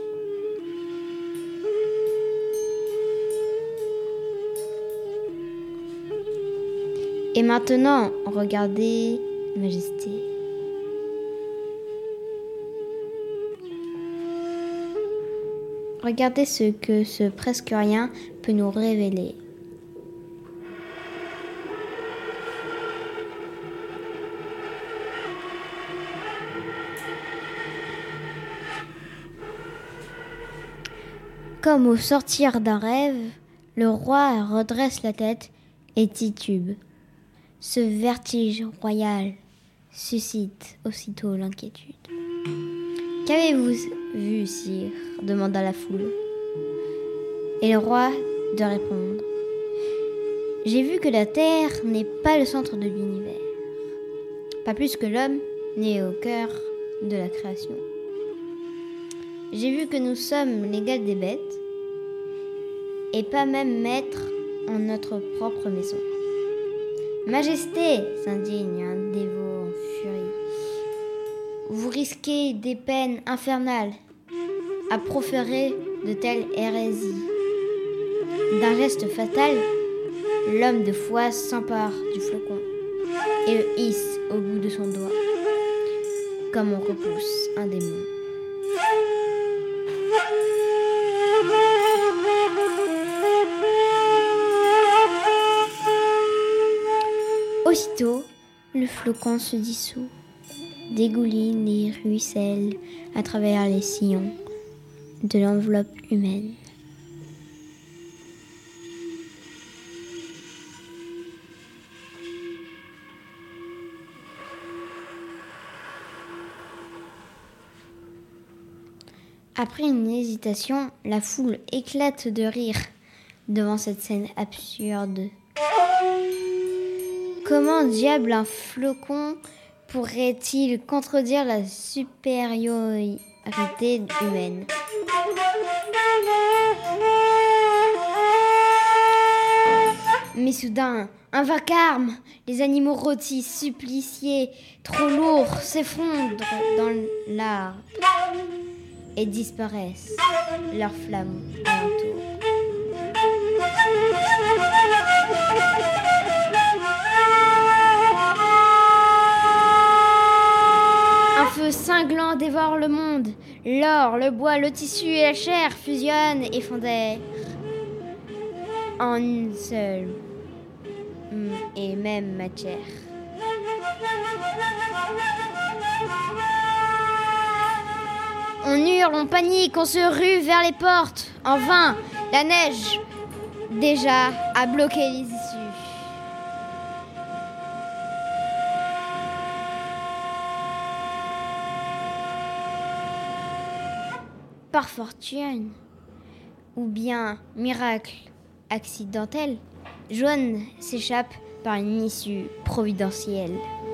Et maintenant, regardez, Majesté. Regardez ce que ce presque rien peut nous révéler. Comme au sortir d'un rêve, le roi redresse la tête et titube. Ce vertige royal suscite aussitôt l'inquiétude. « Qu'avez-vous vu, sire ?» demanda la foule. Et le roi de répondre. « J'ai vu que la terre n'est pas le centre de l'univers, pas plus que l'homme n'est au cœur de la création. J'ai vu que nous sommes l'égal des bêtes, et pas même maîtres en notre propre maison. Majesté, s'indigne un dévot en furie. Vous risquez des peines infernales à proférer de telles hérésies. D'un geste fatal, l'homme de foi s'empare du flocon et le hisse au bout de son doigt, comme on repousse un démon. Aussitôt, le flocon se dissout, dégouline et ruisselle à travers les sillons de l'enveloppe humaine. Après une hésitation, la foule éclate de rire devant cette scène absurde. Comment diable un flocon pourrait-il contredire la supériorité humaine ? Mais soudain, un vacarme, les animaux rôtis, suppliciés, trop lourds, s'effondrent dans l'arbre et disparaissent, leurs flammes alentour. Un feu cinglant dévore le monde. L'or, le bois, le tissu et la chair fusionnent et fondèrent en une seule et même matière. On hurle, on panique, on se rue vers les portes. En vain, la neige déjà a bloqué les issues. Par fortune, ou bien miracle accidentel, Joanne s'échappe par une issue providentielle.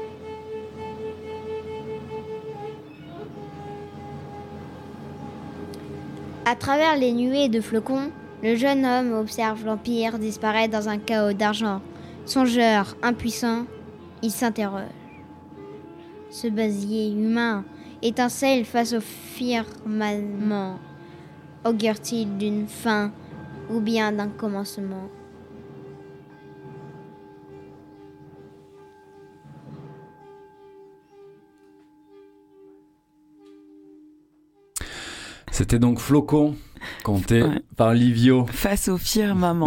À travers les nuées de flocons, le jeune homme observe l'Empire disparaître dans un chaos d'argent. Songeur, impuissant, il s'interroge. Ce basier humain étincelle face au firmament. Augure-t-il d'une fin ou bien d'un commencement ? C'était donc Flocon, conté Ouais. par Livio. Face au firmament.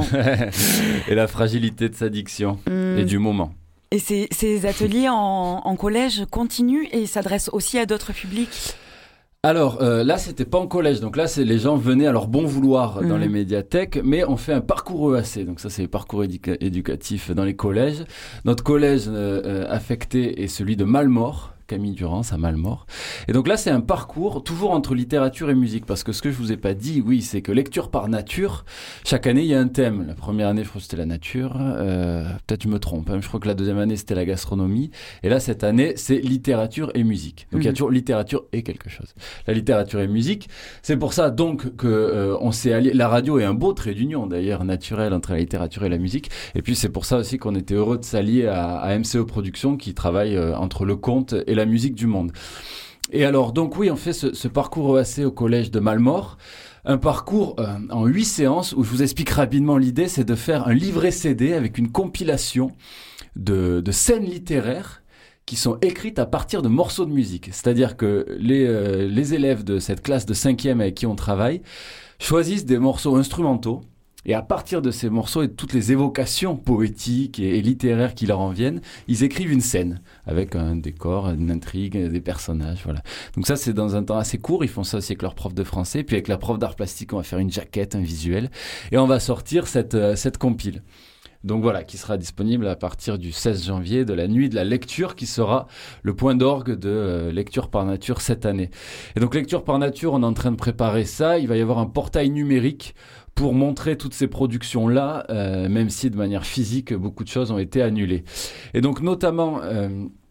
Et la fragilité de sa diction Hum, et du moment. Et ces, ces ateliers en, en collège continuent et s'adressent aussi à d'autres publics. Alors euh, là, c'était pas en collège, donc là, c'est les gens venaient à leur bon vouloir dans Mhm. les médiathèques, mais on fait un parcours E A C, donc ça c'est le parcours éduca- éducatif dans les collèges. Notre collège euh, euh, affecté est celui de Malmort, Camille Durance à Malmort. Et donc là, c'est un parcours toujours entre littérature et musique, parce que ce que je vous ai pas dit, oui, c'est que lecture par nature, chaque année, il y a un thème. La première année, je crois que c'était la nature, euh, peut-être je me trompe, hein, je crois que la deuxième année, c'était la gastronomie, et là, cette année, c'est littérature et musique. Donc il y a Mhm. toujours littérature et quelque chose. La littérature et musique, c'est pour ça donc que euh, on s'est allié. La radio est un beau trait d'union d'ailleurs naturel entre la littérature et la musique. Et puis c'est pour ça aussi qu'on était heureux de s'allier à, à M C E Productions qui travaille euh, entre le conte et la musique du monde. Et alors donc oui, on fait ce, ce parcours E A C au collège de Malmort. Un parcours euh, en huit séances où je vous explique rapidement l'idée, c'est de faire un livret C D avec une compilation de, de scènes littéraires qui sont écrites à partir de morceaux de musique. C'est-à-dire que les, euh, les élèves de cette classe de cinquième avec qui on travaille choisissent des morceaux instrumentaux et à partir de ces morceaux et de toutes les évocations poétiques et, et littéraires qui leur en viennent, ils écrivent une scène avec un décor, une intrigue, des personnages, voilà. Donc ça, c'est dans un temps assez court. Ils font ça aussi avec leur prof de français. Puis avec la prof d'art plastique, on va faire une jaquette, un visuel et on va sortir cette, euh, cette compile. Donc voilà, qui sera disponible à partir du seize janvier, de la nuit de la lecture, qui sera le point d'orgue de euh, Lecture par Nature cette année. Et donc Lecture par Nature, on est en train de préparer ça. Il va y avoir un portail numérique pour montrer toutes ces productions-là, euh, même si de manière physique, beaucoup de choses ont été annulées. Et donc notamment... Euh,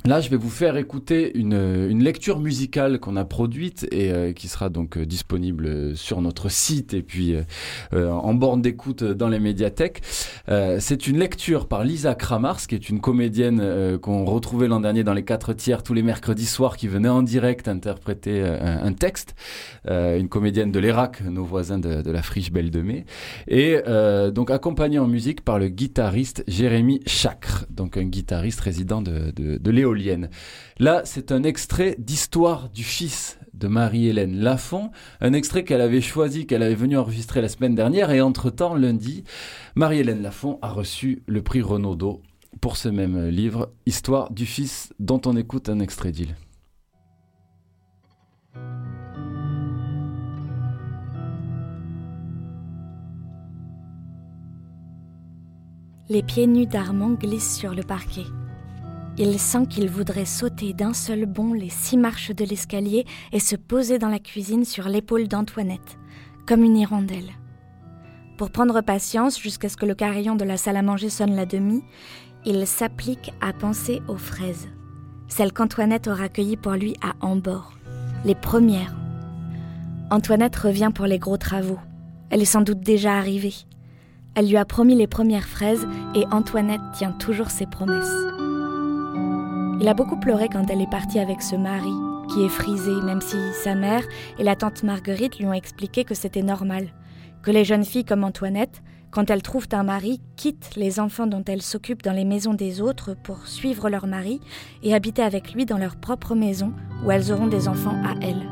Là, je vais vous faire écouter une, une lecture musicale qu'on a produite et euh, qui sera donc euh, disponible sur notre site et puis euh, euh, en borne d'écoute dans les médiathèques. Euh, c'est une lecture par Lisa Kramars, qui est une comédienne euh, qu'on retrouvait l'an dernier dans les quatre tiers tous les mercredis soirs, qui venait en direct interpréter euh, un, un texte. Euh, une comédienne de l'E R A C, nos voisins de, de la Friche Belle de Mai. Et euh, donc accompagnée en musique par le guitariste Jérémy Chacre, donc un guitariste résident de, de, de l'éolienne. Là, c'est un extrait d'Histoire du fils de Marie-Hélène Lafont, un extrait qu'elle avait choisi, qu'elle avait venu enregistrer la semaine dernière, et entre-temps, lundi, Marie-Hélène Lafont a reçu le prix Renaudot pour ce même livre, Histoire du fils, dont on écoute un extrait d'Île. Les pieds nus d'Armand glissent sur le parquet. Il sent qu'il voudrait sauter d'un seul bond les six marches de l'escalier et se poser dans la cuisine sur l'épaule d'Antoinette, comme une hirondelle. Pour prendre patience jusqu'à ce que le carillon de la salle à manger sonne la demie, il s'applique à penser aux fraises, celles qu'Antoinette aura cueillies pour lui à Ambord, les premières. Antoinette revient pour les gros travaux. Elle est sans doute déjà arrivée. Elle lui a promis les premières fraises et Antoinette tient toujours ses promesses. Il a beaucoup pleuré quand elle est partie avec ce mari, qui est frisé, même si sa mère et la tante Marguerite lui ont expliqué que c'était normal, que les jeunes filles comme Antoinette, quand elles trouvent un mari, quittent les enfants dont elles s'occupent dans les maisons des autres pour suivre leur mari et habiter avec lui dans leur propre maison où elles auront des enfants à elles.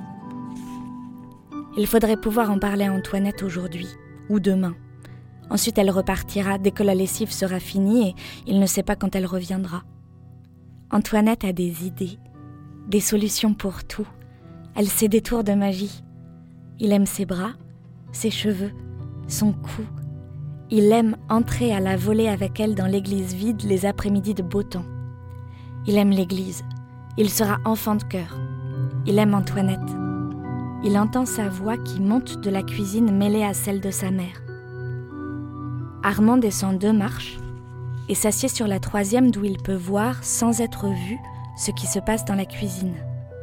Il faudrait pouvoir en parler à Antoinette aujourd'hui, ou demain. Ensuite, elle repartira dès que la lessive sera finie et il ne sait pas quand elle reviendra. Antoinette a des idées, des solutions pour tout. Elle sait des tours de magie. Il aime ses bras, ses cheveux, son cou. Il aime entrer à la volée avec elle dans l'église vide les après-midi de beau temps. Il aime l'église. Il sera enfant de cœur. Il aime Antoinette. Il entend sa voix qui monte de la cuisine mêlée à celle de sa mère. Armand descend deux marches et s'assied sur la troisième d'où il peut voir, sans être vu, ce qui se passe dans la cuisine.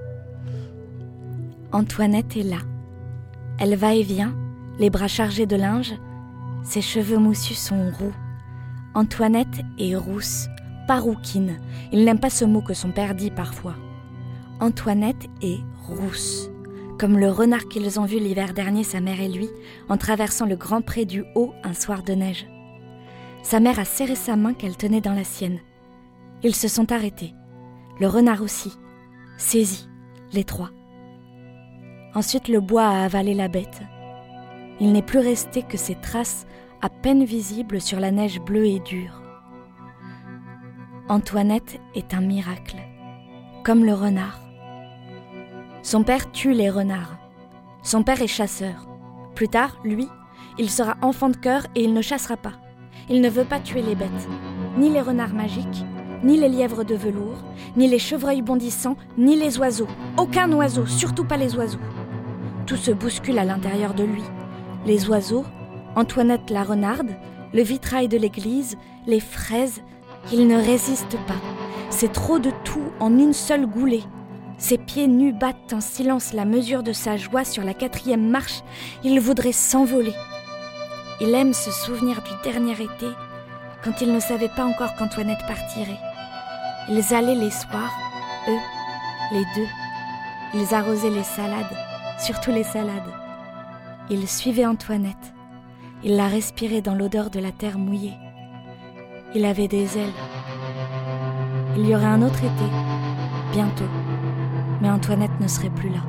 Antoinette est là. Elle va et vient, les bras chargés de linge, ses cheveux moussus sont roux. Antoinette est rousse, pas rouquine. Il n'aime pas ce mot que son père dit parfois. Antoinette est rousse, comme le renard qu'ils ont vu l'hiver dernier, sa mère et lui, en traversant le grand pré du Haut un soir de neige. Sa mère a serré sa main qu'elle tenait dans la sienne. Ils se sont arrêtés. Le renard aussi, saisi, les trois. Ensuite, le bois a avalé la bête. Il n'est plus resté que ces traces à peine visibles sur la neige bleue et dure. Antoinette est un miracle, comme le renard. Son père tue les renards. Son père est chasseur. Plus tard, lui, il sera enfant de cœur et il ne chassera pas. Il ne veut pas tuer les bêtes, ni les renards magiques, ni les lièvres de velours, ni les chevreuils bondissants, ni les oiseaux. Aucun oiseau, surtout pas les oiseaux. Tout se bouscule à l'intérieur de lui. Les oiseaux, Antoinette la renarde, le vitrail de l'église, les fraises, il ne résiste pas. C'est trop de tout en une seule goulée. Ses pieds nus battent en silence la mesure de sa joie sur la quatrième marche. Il voudrait s'envoler. Il aime se souvenir du dernier été, quand il ne savait pas encore qu'Antoinette partirait. Ils allaient les soirs, eux, les deux. Ils arrosaient les salades, surtout les salades. Ils suivaient Antoinette. Il la respirait dans l'odeur de la terre mouillée. Il avait des ailes. Il y aurait un autre été, bientôt, mais Antoinette ne serait plus là.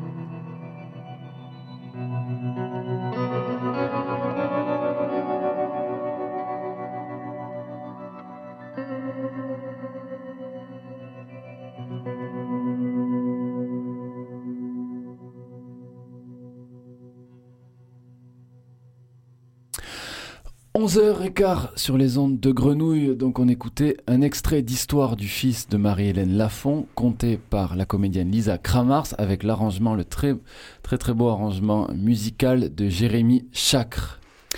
onze heures quinze sur les ondes de Grenouille, donc on écoutait un extrait d'Histoire du fils de Marie-Hélène Lafont, conté par la comédienne Lisa Kramars, avec l'arrangement, le très très très beau arrangement musical de Jérémy Chacre.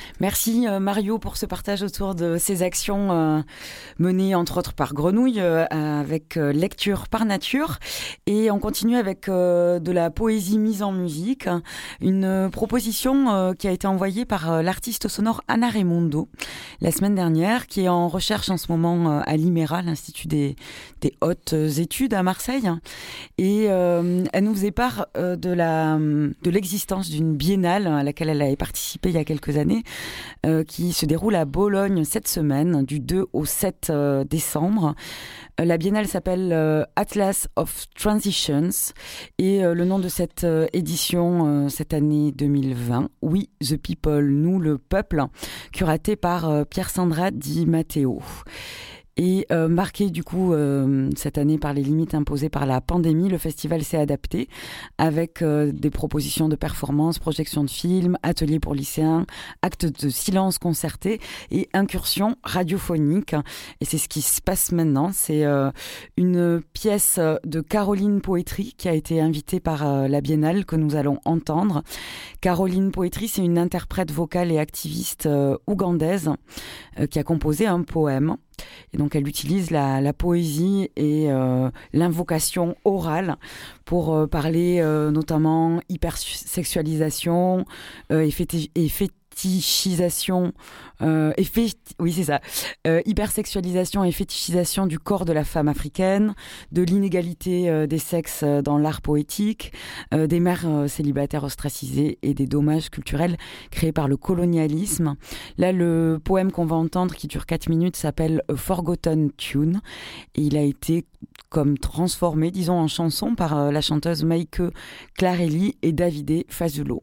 Merci euh, Mario pour ce partage autour de ces actions euh, menées entre autres par Grenouille euh, avec euh, lecture par nature. Et on continue avec euh, de la poésie mise en musique, une euh, proposition euh, qui a été envoyée par euh, l'artiste sonore Anna Raimondo la semaine dernière, qui est en recherche en ce moment euh, à l'I M E R A, l'Institut des, des hautes études à Marseille. Et euh, elle nous faisait part euh, de, la, de l'existence d'une biennale à laquelle elle avait participé il y a quelques années, Euh, qui se déroule à Bologne cette semaine, du deux au sept euh, décembre. Euh, la biennale s'appelle euh, Atlas of Transitions et euh, le nom de cette euh, édition euh, cette année deux mille vingt, We the People, nous le peuple, curaté par euh, Pierre Sandra Di Matteo. Et euh, marqué du coup euh, cette année par les limites imposées par la pandémie, le festival s'est adapté avec euh, des propositions de performances, projections de films, ateliers pour lycéens, actes de silence concertés et incursions radiophoniques. Et c'est ce qui se passe maintenant. C'est euh, une pièce de Caroline Poetry qui a été invitée par euh, la Biennale que nous allons entendre. Caroline Poetry, c'est une interprète vocale et activiste euh, ougandaise euh, qui a composé un poème. Et donc elle utilise la, la poésie et euh, l'invocation orale pour euh, parler euh, notamment hypersexualisation euh, et, féti- et fétichisation, euh, et fé- oui c'est ça, euh, hypersexualisation et fétichisation du corps de la femme africaine, de l'inégalité euh, des sexes dans l'art poétique, euh, des mères euh, célibataires ostracisées et des dommages culturels créés par le colonialisme. Là, le poème qu'on va entendre, qui dure quatre minutes, s'appelle A Forgotten Tune et il a été comme transformé, disons, en chanson par euh, la chanteuse Maike Clarelli et Davide Fazulo.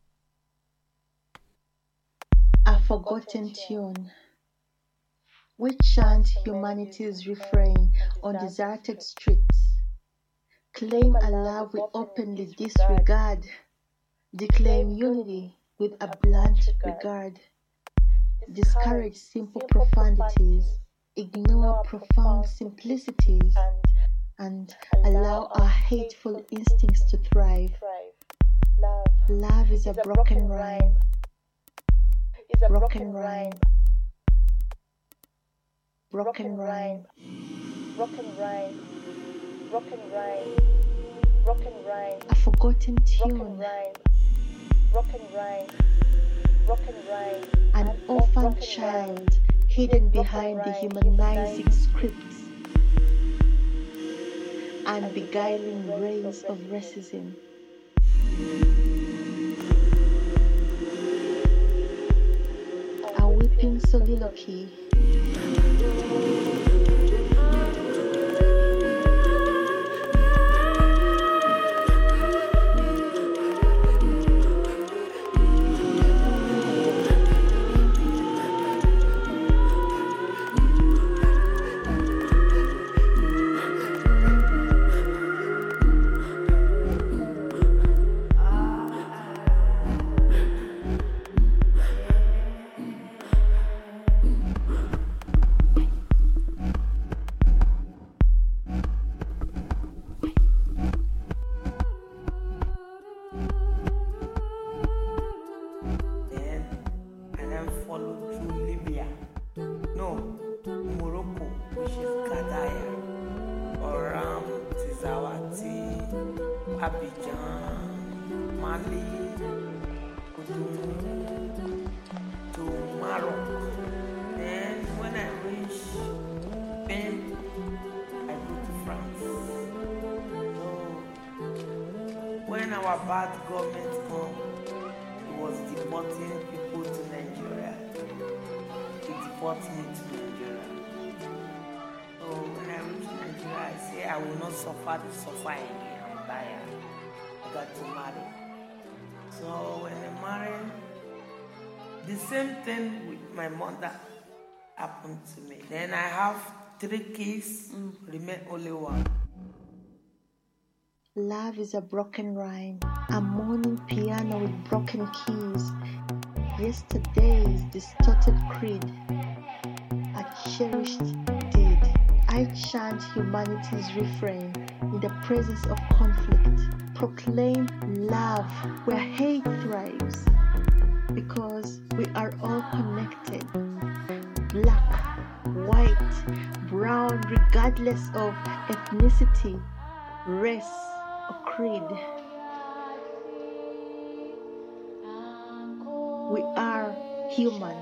A forgotten tune, which chant humanity's refrain on deserted streets. Claim a love we openly disregard. Declaim unity with a blunt regard. Discourage simple profundities. Ignore profound simplicities. And allow our hateful instincts to thrive. Love is a broken rhyme. Broken rhyme, broken rhyme, broken rhyme, broken rhyme, broken rhyme, a forgotten tune, broken rhyme, broken rhyme, an orphan child hidden behind the humanizing scripts and beguiling rays of racism. Weeping soliloquy. My mother happened to me. Then I have three kids, mm. remain only one. Love is a broken rhyme, a moaning piano with broken keys. Yesterday's distorted creed, a cherished deed. I chant humanity's refrain in the presence of conflict. Proclaim love where hate thrives. because we are all connected. Black, white, brown, regardless of ethnicity, race, or creed. We are human.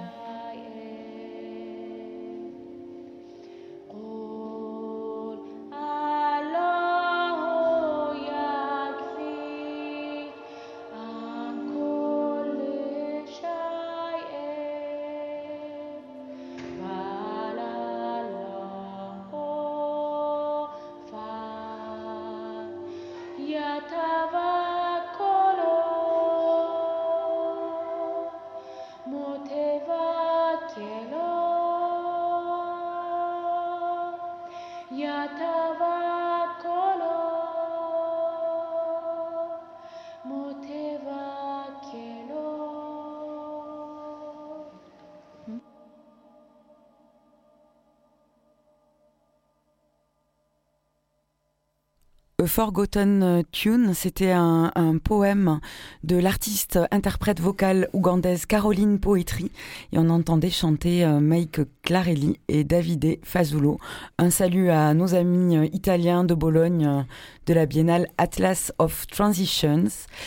A Forgotten Tune, c'était un, un poème de l'artiste interprète vocale ougandaise Caroline Poetry, et on entendait chanter euh, Mike Clarelli et Davide Fazulo. Un salut à nos amis euh, italiens de Bologne euh, de la biennale Atlas of Transitions.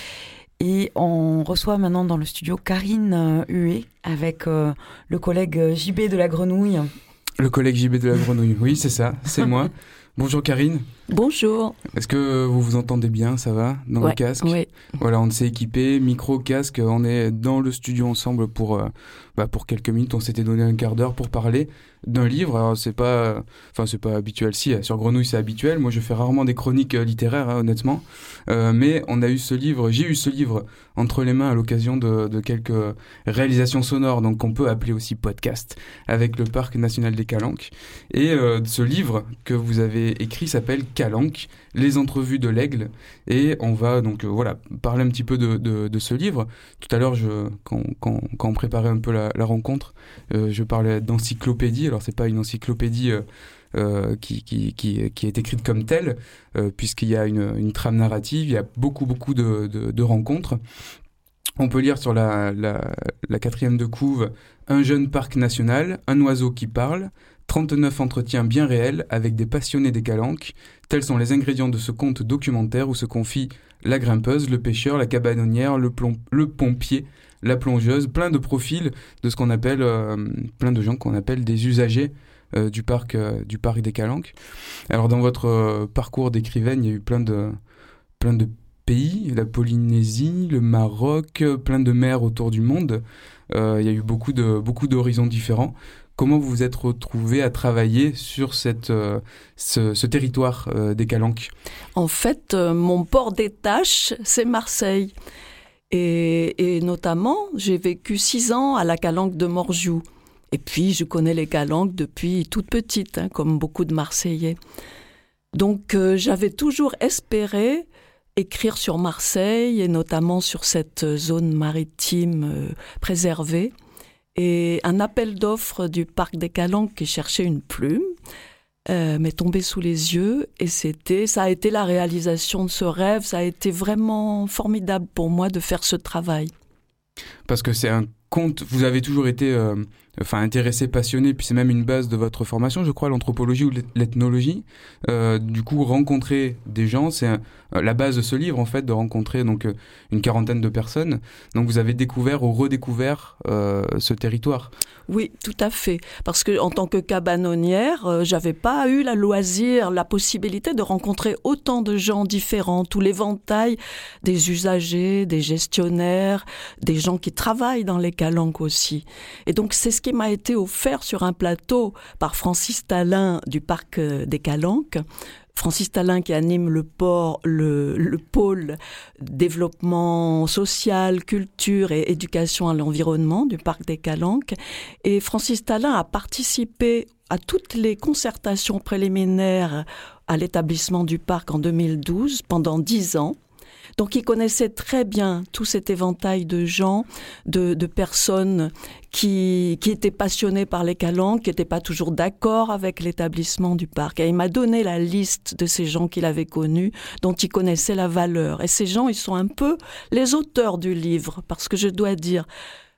Et on reçoit maintenant dans le studio Karine euh, Huet avec euh, le collègue J B de la Grenouille. Le collègue J B de la Grenouille, oui c'est ça, c'est moi. Bonjour Karine. Bonjour. Est-ce que vous vous entendez bien, ça va, dans ouais, le casque? Oui. Voilà, on s'est équipé, micro, casque, on est dans le studio ensemble pour, euh, bah, pour quelques minutes. On s'était donné un quart d'heure pour parler d'un livre. Alors c'est pas, enfin c'est pas habituel. Si, sur Grenouille c'est habituel. Moi je fais rarement des chroniques euh, littéraires, hein, honnêtement. Euh, mais on a eu ce livre, j'ai eu ce livre entre les mains à l'occasion de, de quelques réalisations sonores, donc qu'on peut appeler aussi podcast, avec le Parc National des Calanques. Et euh, ce livre que vous avez écrit s'appelle Calanques, les entrevues de l'aigle. Et on va donc euh, voilà parler un petit peu de, de, de ce livre. Tout à l'heure, je, quand, quand, quand on préparait un peu la, la rencontre, euh, je parlais d'encyclopédie. Alors c'est pas une encyclopédie euh, euh, qui, qui, qui, qui est écrite comme telle, euh, puisqu'il y a une, une trame narrative, il y a beaucoup beaucoup de, de, de rencontres. On peut lire sur la, la, la quatrième de couve « Un jeune parc national, un oiseau qui parle », trente-neuf entretiens bien réels avec des passionnés des calanques. Tels sont les ingrédients de ce conte documentaire où se confient la grimpeuse, le pêcheur, la cabanonnière, le, plom- le pompier, la plongeuse, plein de profils de ce qu'on appelle, euh, plein de gens qu'on appelle des usagers euh, du parc, euh, du parc des Calanques. Alors dans votre euh, parcours d'écrivaine, il y a eu plein de, plein de pays, la Polynésie, le Maroc, plein de mers autour du monde. Euh, il y a eu beaucoup de, beaucoup d'horizons différents. Comment vous vous êtes retrouvé à travailler sur cette, euh, ce, ce territoire euh, des Calanques? En fait, euh, mon port d'attache, c'est Marseille. Et, et notamment, j'ai vécu six ans à la Calanque de Morjoux. Et puis, je connais les Calanques depuis toute petite, hein, comme beaucoup de Marseillais. Donc, euh, j'avais toujours espéré écrire sur Marseille, et notamment sur cette zone maritime euh, préservée. Et un appel d'offres du Parc des Calanques qui cherchait une plume euh, m'est tombé sous les yeux, et c'était, ça a été la réalisation de ce rêve. Ça a été vraiment formidable pour moi de faire ce travail. Parce que c'est un conte, vous avez toujours été euh, enfin, intéressé, passionné, puis c'est même une base de votre formation, je crois, l'anthropologie ou l'ethnologie. Euh, du coup, rencontrer des gens, c'est un, la base de ce livre, en fait, de rencontrer donc, une quarantaine de personnes. Donc vous avez découvert ou redécouvert euh, ce territoire. Oui, tout à fait. Parce que en tant que cabanonnière, euh, j'avais pas eu la loisir, la possibilité de rencontrer autant de gens différents, tout l'éventail des usagers, des gestionnaires, des gens qui travaillent dans les calanques aussi. Et donc c'est ce qui m'a été offert sur un plateau par Francis Tallin du Parc des Calanques. Francis Tallin qui anime le port, le, le pôle développement social, culture et éducation à l'environnement du Parc des Calanques. Et Francis Tallin a participé à toutes les concertations préliminaires à l'établissement du parc en deux mille douze pendant dix ans. Donc, il connaissait très bien tout cet éventail de gens, de, de personnes qui, qui étaient passionnées par les calanques, qui n'étaient pas toujours d'accord avec l'établissement du parc. Et il m'a donné la liste de ces gens qu'il avait connus, dont il connaissait la valeur. Et ces gens, ils sont un peu les auteurs du livre, parce que je dois dire,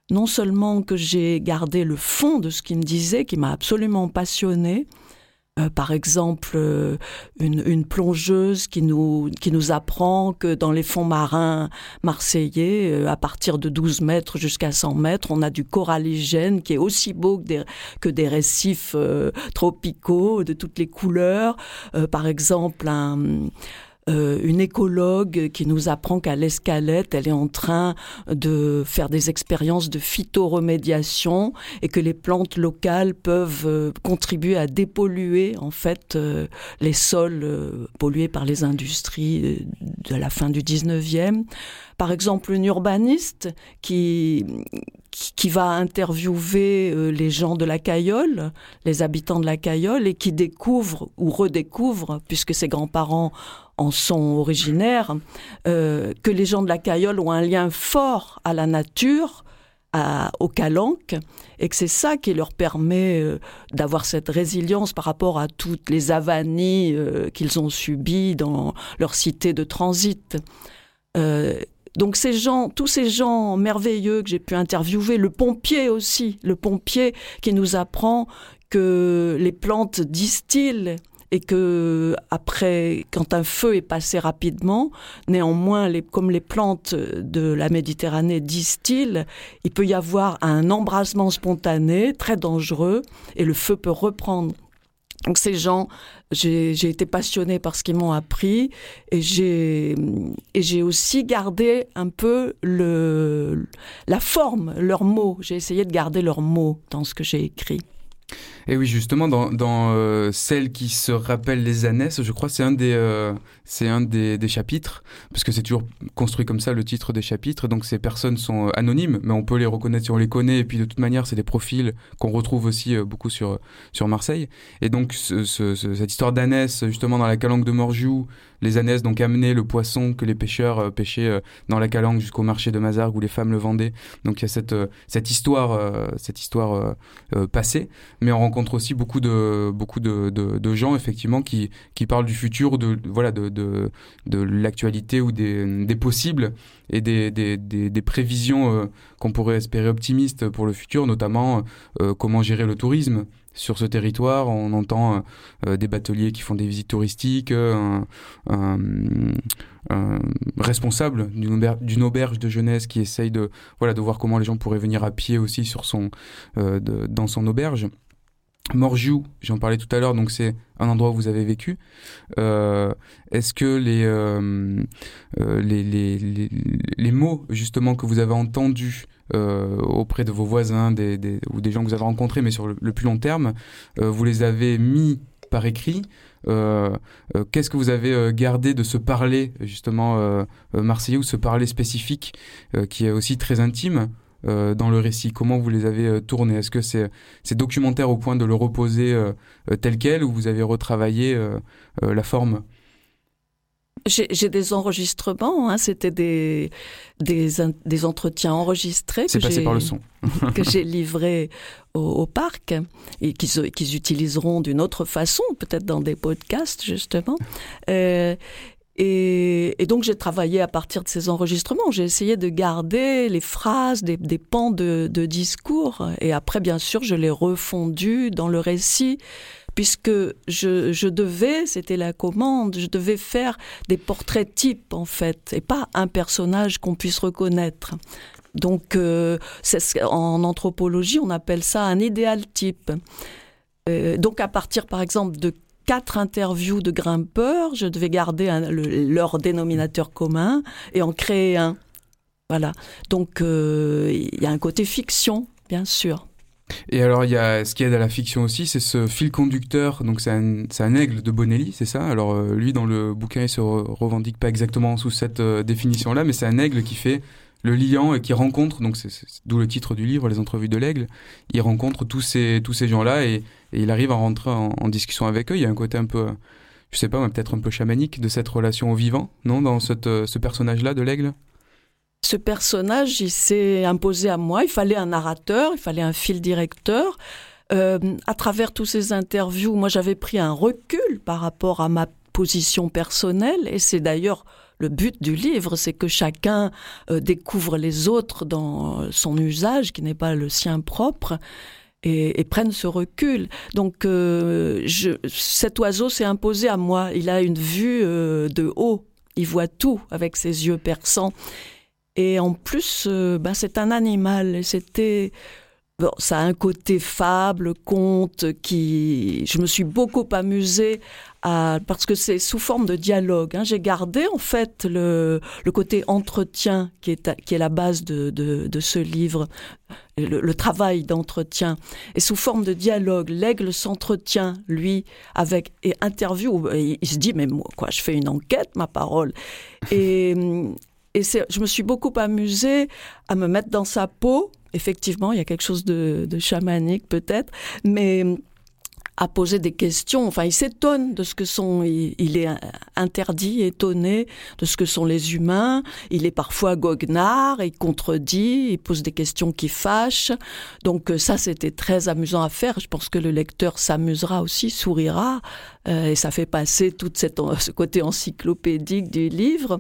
non seulement que j'ai gardé le fond de ce qu'il me disait, qui m'a absolument passionnée, Euh, par exemple, euh, une, une plongeuse qui nous, qui nous apprend que dans les fonds marins marseillais, euh, à partir de douze mètres jusqu'à cent mètres, on a du coralligène qui est aussi beau que des, que des récifs euh, tropicaux de toutes les couleurs. Euh, par exemple, un... Euh, une écologue qui nous apprend qu'à l'Escalette, elle est en train de faire des expériences de phytoremédiation et que les plantes locales peuvent euh, contribuer à dépolluer en fait euh, les sols euh, pollués par les industries euh, de la fin du dix-neuvième. Par exemple, une urbaniste qui qui, qui va interviewer euh, les gens de la Cayolle, les habitants de la Cayolle, et qui découvre ou redécouvre, puisque ses grands-parents en sont originaires, euh, que les gens de la Cayolle ont un lien fort à la nature, à, aux calanques, et que c'est ça qui leur permet euh, d'avoir cette résilience par rapport à toutes les avanies euh, qu'ils ont subies dans leur cité de transit. Euh, Donc ces gens, tous ces gens merveilleux que j'ai pu interviewer, le pompier aussi, le pompier qui nous apprend que les plantes distillent et que après, quand un feu est passé rapidement, néanmoins, les, comme les plantes de la Méditerranée distillent, il peut y avoir un embrasement spontané très dangereux et le feu peut reprendre. Donc ces gens, j'ai, j'ai été passionnée par ce qu'ils m'ont appris et j'ai, et j'ai aussi gardé un peu le, la forme, leurs mots. J'ai essayé de garder leurs mots dans ce que j'ai écrit. Et oui, justement, dans, dans euh, celle qui se rappelle les ânesses, je crois que c'est un des, euh, c'est un des, des chapitres, parce que c'est toujours construit comme ça, le titre des chapitres. Donc ces personnes sont anonymes, mais on peut les reconnaître si on les connaît. Et puis de toute manière, c'est des profils qu'on retrouve aussi euh, beaucoup sur, sur Marseille. Et donc ce, ce, ce, cette histoire d'ânesse, justement, dans la calanque de Morgiou, les ânesses donc amenaient le poisson que les pêcheurs euh, pêchaient euh, dans la calanque jusqu'au marché de Mazargues où les femmes le vendaient. Donc il y a cette, euh, cette histoire, euh, cette histoire euh, euh, passée, mais on rencontre aussi beaucoup de beaucoup de, de, de gens effectivement qui qui parlent du futur, de voilà de de, de l'actualité ou des, des possibles et des des, des, des prévisions euh, qu'on pourrait espérer optimistes pour le futur, notamment euh, comment gérer le tourisme. Sur ce territoire, on entend euh, des bateliers qui font des visites touristiques, euh, un, un, un responsable d'une auberge, d'une auberge de jeunesse qui essaye de voilà de voir comment les gens pourraient venir à pied aussi sur son euh, de, dans son auberge. Morgiou, j'en parlais tout à l'heure, donc c'est un endroit où vous avez vécu. Euh, est-ce que les, euh, euh, les, les, les, les mots justement que vous avez entendus euh, auprès de vos voisins des, des, ou des gens que vous avez rencontrés, mais sur le, le plus long terme, euh, vous les avez mis par écrit? Euh, euh, qu'est-ce que vous avez euh, gardé de ce parler justement euh, euh, marseillais, ou ce parler spécifique euh, qui est aussi très intime euh, dans le récit? Comment vous les avez euh, tournés? Est-ce que c'est, c'est documentaire au point de le reposer euh, euh, tel quel, ou vous avez retravaillé euh, euh, la forme? J'ai, j'ai des enregistrements, hein, c'était des, des, des entretiens enregistrés. C'est que passé j'ai, par le son. que j'ai livrés au, au parc et qu'ils, qu'ils utiliseront d'une autre façon, peut-être dans des podcasts, justement. Euh, et, et donc, j'ai travaillé à partir de ces enregistrements. J'ai essayé de garder les phrases, des, des pans de, de discours. Et après, bien sûr, je l'ai refondu dans le récit, puisque je, je devais, c'était la commande, je devais faire des portraits types, en fait, et pas un personnage qu'on puisse reconnaître. Donc, euh, c'est, en anthropologie, on appelle ça un idéal type. Euh, donc, à partir, par exemple, de quatre interviews de grimpeurs, je devais garder un, le, leur dénominateur commun et en créer un. Voilà. Donc, euh, il y a un côté fiction, bien sûr. Et alors, il y a ce qui aide à la fiction aussi, c'est ce fil conducteur. Donc, c'est un, c'est un aigle de Bonelli, c'est ça? Alors, euh, lui, dans le bouquin, il se re- revendique pas exactement sous cette euh, définition-là, mais c'est un aigle qui fait le liant et qui rencontre, donc c'est, c'est d'où le titre du livre, Les entrevues de l'aigle. Il rencontre tous ces, tous ces gens-là et, et il arrive à rentrer en, en discussion avec eux. Il y a un côté un peu, je sais pas, peut-être un peu chamanique de cette relation au vivant, non, dans cette, ce personnage-là de l'aigle? Ce personnage, il s'est imposé à moi. Il fallait un narrateur, il fallait un fil directeur. Euh, à travers tous ces interviews, moi, j'avais pris un recul par rapport à ma position personnelle, et c'est d'ailleurs le but du livre, c'est que chacun euh, découvre les autres dans son usage, qui n'est pas le sien propre, et, et prenne ce recul. Donc, euh, je, cet oiseau s'est imposé à moi. Il a une vue euh, de haut. Il voit tout avec ses yeux perçants. Et en plus, euh, ben, c'est un animal. Et c'était... Bon, ça a un côté fable, conte, qui... Je me suis beaucoup amusée à... parce que c'est sous forme de dialogue. Hein. J'ai gardé, en fait, le, le côté entretien qui est, à... qui est la base de, de, de ce livre, le, le travail d'entretien. Et sous forme de dialogue, l'aigle s'entretient, lui, avec... et interview. Et il se dit, mais moi, quoi, je fais une enquête, ma parole. Et, et c'est... je me suis beaucoup amusée à me mettre dans sa peau. Effectivement, il y a quelque chose de, de chamanique peut-être, mais à poser des questions. Enfin, il s'étonne de ce que sont... Il, il est interdit, étonné de ce que sont les humains. Il est parfois goguenard, il contredit, il pose des questions qui fâchent. Donc ça, c'était très amusant à faire. Je pense que le lecteur s'amusera aussi, sourira, euh, et ça fait passer tout cette, ce côté encyclopédique du livre.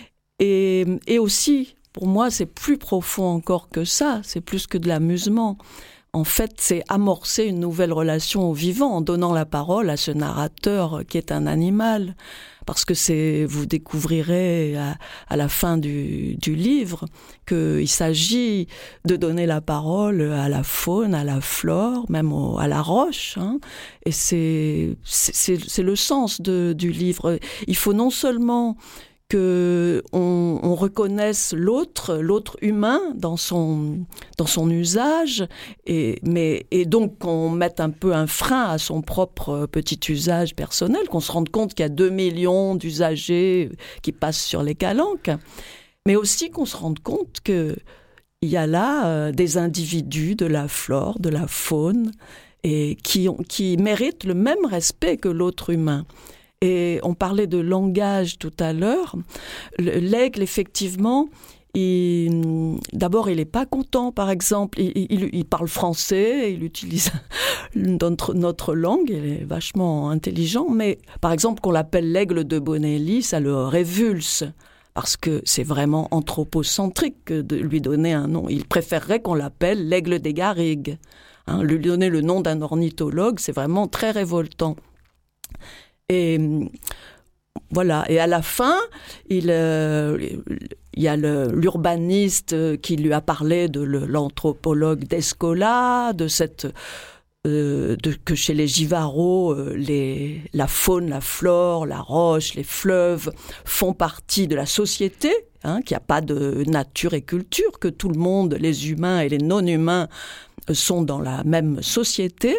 Et, et aussi... Pour moi, c'est plus profond encore que ça, c'est plus que de l'amusement. En fait, c'est amorcer une nouvelle relation au vivant en donnant la parole à ce narrateur qui est un animal. Parce que c'est, vous découvrirez à, à la fin du, du livre qu'il s'agit de donner la parole à la faune, à la flore, même au, à la roche. Hein. Et c'est, c'est, c'est, c'est le sens de, du livre. Il faut non seulement... que on, on reconnaisse l'autre, l'autre humain dans son dans son usage, et mais et donc qu'on mette un peu un frein à son propre petit usage personnel, qu'on se rende compte qu'il y a deux millions d'usagers qui passent sur les calanques, mais aussi qu'on se rende compte que il y a là euh, des individus de la flore, de la faune, et qui ont, qui méritent le même respect que l'autre humain. Et on parlait de langage tout à l'heure. L'aigle, effectivement, il, d'abord, il n'est pas content, par exemple. Il, il, il parle français, il utilise notre, notre langue, il est vachement intelligent. Mais, par exemple, qu'on l'appelle l'aigle de Bonelli, ça le révulse. Parce que c'est vraiment anthropocentrique de lui donner un nom. Il préférerait qu'on l'appelle l'aigle des Garrigues. Hein, lui donner le nom d'un ornithologue, c'est vraiment très révoltant. Et voilà. Et à la fin, il, euh, il y a le, l'urbaniste qui lui a parlé de le, l'anthropologue d'Escola, de cette, euh, de, que chez les Givaro, euh, les, la faune, la flore, la roche, les fleuves font partie de la société, hein, qu'il n'y a pas de nature et culture, que tout le monde, les humains et les non-humains, sont dans la même société.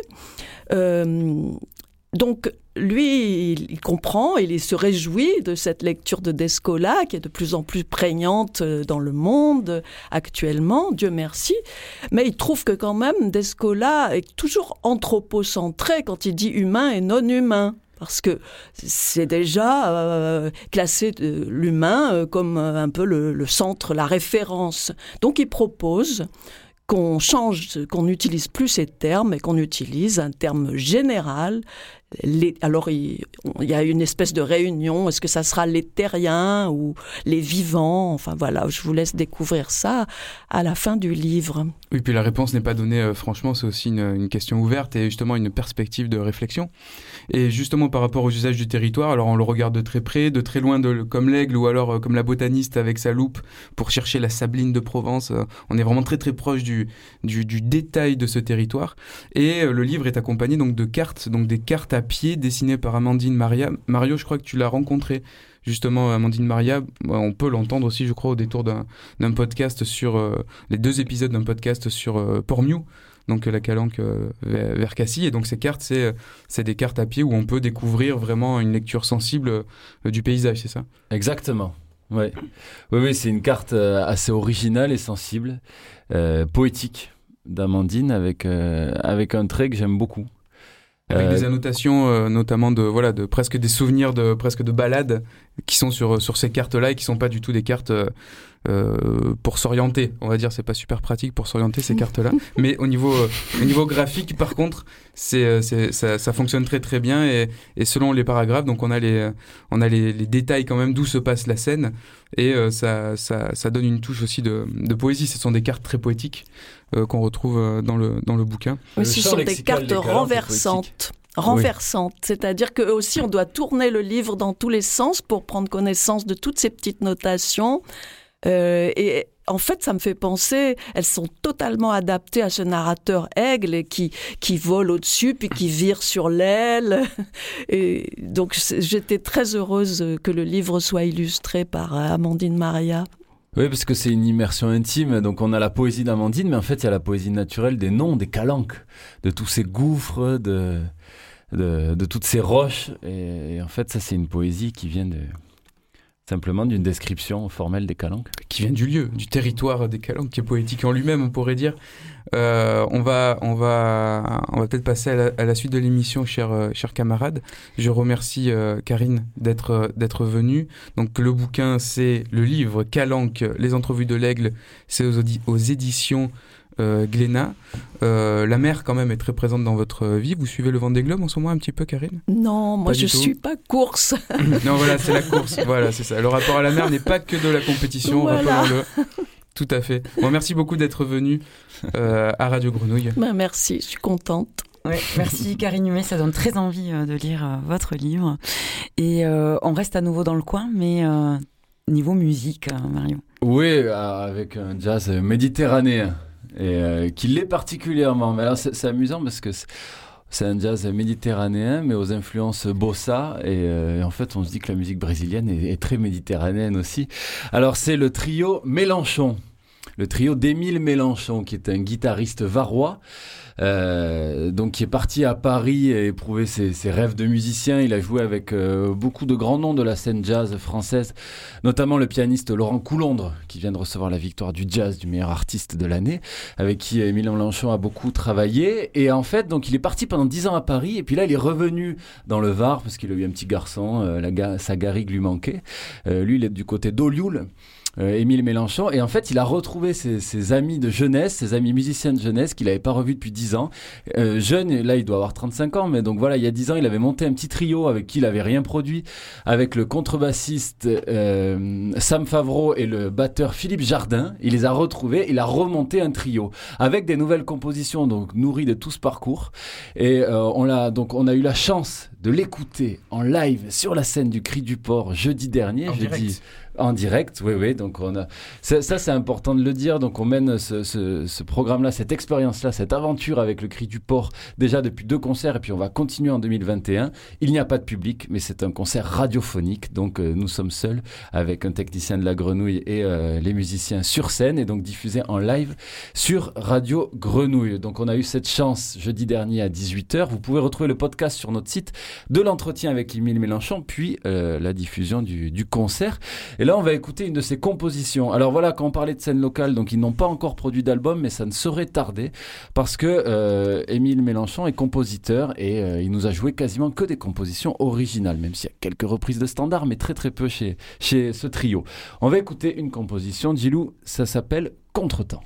Euh, donc, lui, il comprend, il se réjouit de cette lecture de Descola qui est de plus en plus prégnante dans le monde actuellement, Dieu merci. Mais il trouve que quand même Descola est toujours anthropocentré quand il dit humain et non humain. Parce que c'est déjà euh, classé euh, l'humain euh, comme euh, un peu le, le centre, la référence. Donc il propose qu'on change, qu'on n'utilise plus ces termes et qu'on utilise un terme général. Les, alors, il, il y a une espèce de réunion. Est-ce que ça sera les terriens ou les vivants? Enfin, voilà, je vous laisse découvrir ça à la fin du livre. Oui, puis la réponse n'est pas donnée, euh, franchement, c'est aussi une, une question ouverte et justement une perspective de réflexion. Et justement, par rapport aux usages du territoire, alors on le regarde de très près, de très loin, de, comme l'aigle ou alors euh, comme la botaniste avec sa loupe pour chercher la sabline de Provence. Euh, on est vraiment très très proche du, du, du détail de ce territoire. Et euh, le livre est accompagné donc de cartes, donc des cartes à pied dessinées par Amandine Maria. Mario, je crois que tu l'as rencontré. Justement, Amandine Maria, on peut l'entendre aussi, je crois, au détour d'un, d'un podcast sur... Euh, les deux épisodes d'un podcast sur euh, Port-Miou, donc la calanque euh, vers, vers Cassis. Et donc ces cartes, c'est, c'est des cartes à pied où on peut découvrir vraiment une lecture sensible euh, du paysage, c'est ça? Exactement. Ouais. Oui, oui, c'est une carte euh, assez originale et sensible, euh, poétique d'Amandine, avec, euh, avec un trait que j'aime beaucoup. Avec Euh, des annotations, euh, notamment de voilà, de presque des souvenirs de presque de balades qui sont sur sur ces cartes-là et qui sont pas du tout des cartes euh, euh, pour s'orienter. On va dire, c'est pas super pratique pour s'orienter ces cartes-là. Mais au niveau, euh, au niveau graphique, par contre, c'est, c'est, ça, ça fonctionne très très bien et, et selon les paragraphes, donc on a les, on a les, les détails quand même d'où se passe la scène et euh, ça, ça, ça donne une touche aussi de, de poésie. Ce sont des cartes très poétiques euh, qu'on retrouve euh, dans le, dans le bouquin. Oui, ce sont des cartes renversantes. renversante, oui. C'est-à-dire que aussi on doit tourner le livre dans tous les sens pour prendre connaissance de toutes ces petites notations euh, et en fait ça me fait penser, elles sont totalement adaptées à ce narrateur aigle qui, qui vole au-dessus puis qui vire sur l'aile et donc j'étais très heureuse que le livre soit illustré par Amandine Maria. Oui, parce que c'est une immersion intime, donc on a la poésie d'Amandine, mais en fait il y a la poésie naturelle des noms, des calanques, de tous ces gouffres, de, de, de toutes ces roches, et, et en fait ça c'est une poésie qui vient de, simplement d'une description formelle des calanques. Qui vient du lieu, du territoire des calanques, qui est poétique en lui-même, on pourrait dire. Euh, on va, on va, on va peut-être passer à la, à la suite de l'émission, chers, euh, chers camarades. Je remercie euh, Karine d'être, euh, d'être venue. Donc le bouquin, c'est le livre Calanques, les entrevues de l'aigle, c'est aux, audi- aux éditions euh, Glénat. Euh, la mer, quand même, est très présente dans votre vie. Vous suivez le Vendée Globe en ce moment un petit peu, Karine ? Non, moi pas je suis pas course. Non, voilà, c'est la course. Voilà, c'est ça. Le rapport à la mer n'est pas que de la compétition. Voilà. Rappelons-le. Tout à fait. Bon, merci beaucoup d'être venu euh, à Radio Grenouille. Ben, merci, je suis contente. Ouais, merci Karine Humet, ça donne très envie euh, de lire euh, votre livre. Et euh, on reste à nouveau dans le coin, mais euh, niveau musique, euh, Marion. Oui, euh, avec un jazz méditerranéen, et euh, qui l'est particulièrement. Mais alors c'est, c'est amusant parce que c'est, c'est un jazz méditerranéen, mais aux influences bossa, et, euh, et en fait on se dit que la musique brésilienne est, est très méditerranéenne aussi. Alors c'est le trio Mélenchon. Le trio d'Émile Mélenchon, qui est un guitariste varois, euh, donc qui est parti à Paris et éprouver ses, ses rêves de musicien. Il a joué avec euh, beaucoup de grands noms de la scène jazz française, notamment le pianiste Laurent Coulondre, qui vient de recevoir la victoire du jazz du meilleur artiste de l'année, avec qui Émile Mélenchon a beaucoup travaillé. Et en fait, donc il est parti pendant dix ans à Paris, et puis là il est revenu dans le Var, parce qu'il a eu un petit garçon, euh, la ga- sa garrigue lui manquait. Euh, lui, il est du côté d'Olioul. Euh, Émile Mélenchon, et en fait il a retrouvé ses, ses amis de jeunesse, ses amis musiciens de jeunesse qu'il n'avait pas revus depuis dix ans. Euh, jeune, là il doit avoir trente-cinq ans, mais donc voilà, il y a dix ans il avait monté un petit trio avec qui il n'avait rien produit, avec le contrebassiste euh, Sam Favreau et le batteur Philippe Jardin. Il les a retrouvés, il a remonté un trio avec des nouvelles compositions, donc nourries de tout ce parcours, et euh, on, l'a, donc, on a eu la chance de l'écouter en live sur la scène du Cri du Port jeudi dernier. En jeudi direct. En direct, oui, oui. Donc on a ça, ça, c'est important de le dire. Donc on mène ce, ce, ce programme-là, cette expérience-là, cette aventure avec le Cri du Port déjà depuis deux concerts, et puis on va continuer en deux mille vingt et un. Il n'y a pas de public, mais c'est un concert radiophonique. Donc euh, nous sommes seuls avec un technicien de la Grenouille et euh, les musiciens sur scène, et donc diffusé en live sur Radio Grenouille. Donc on a eu cette chance jeudi dernier à dix-huit heures. Vous pouvez retrouver le podcast sur notre site de l'entretien avec Émile Mélenchon, puis euh, la diffusion du, du concert. Et là, on va écouter une de ses compositions. Alors voilà, quand on parlait de scène locale, donc ils n'ont pas encore produit d'album, mais ça ne saurait tarder, parce que euh, Émile Mélenchon est compositeur, et euh, il nous a joué quasiment que des compositions originales, même s'il y a quelques reprises de standards, mais très très peu chez, chez ce trio. On va écouter une composition, Djilou, ça s'appelle Contretemps.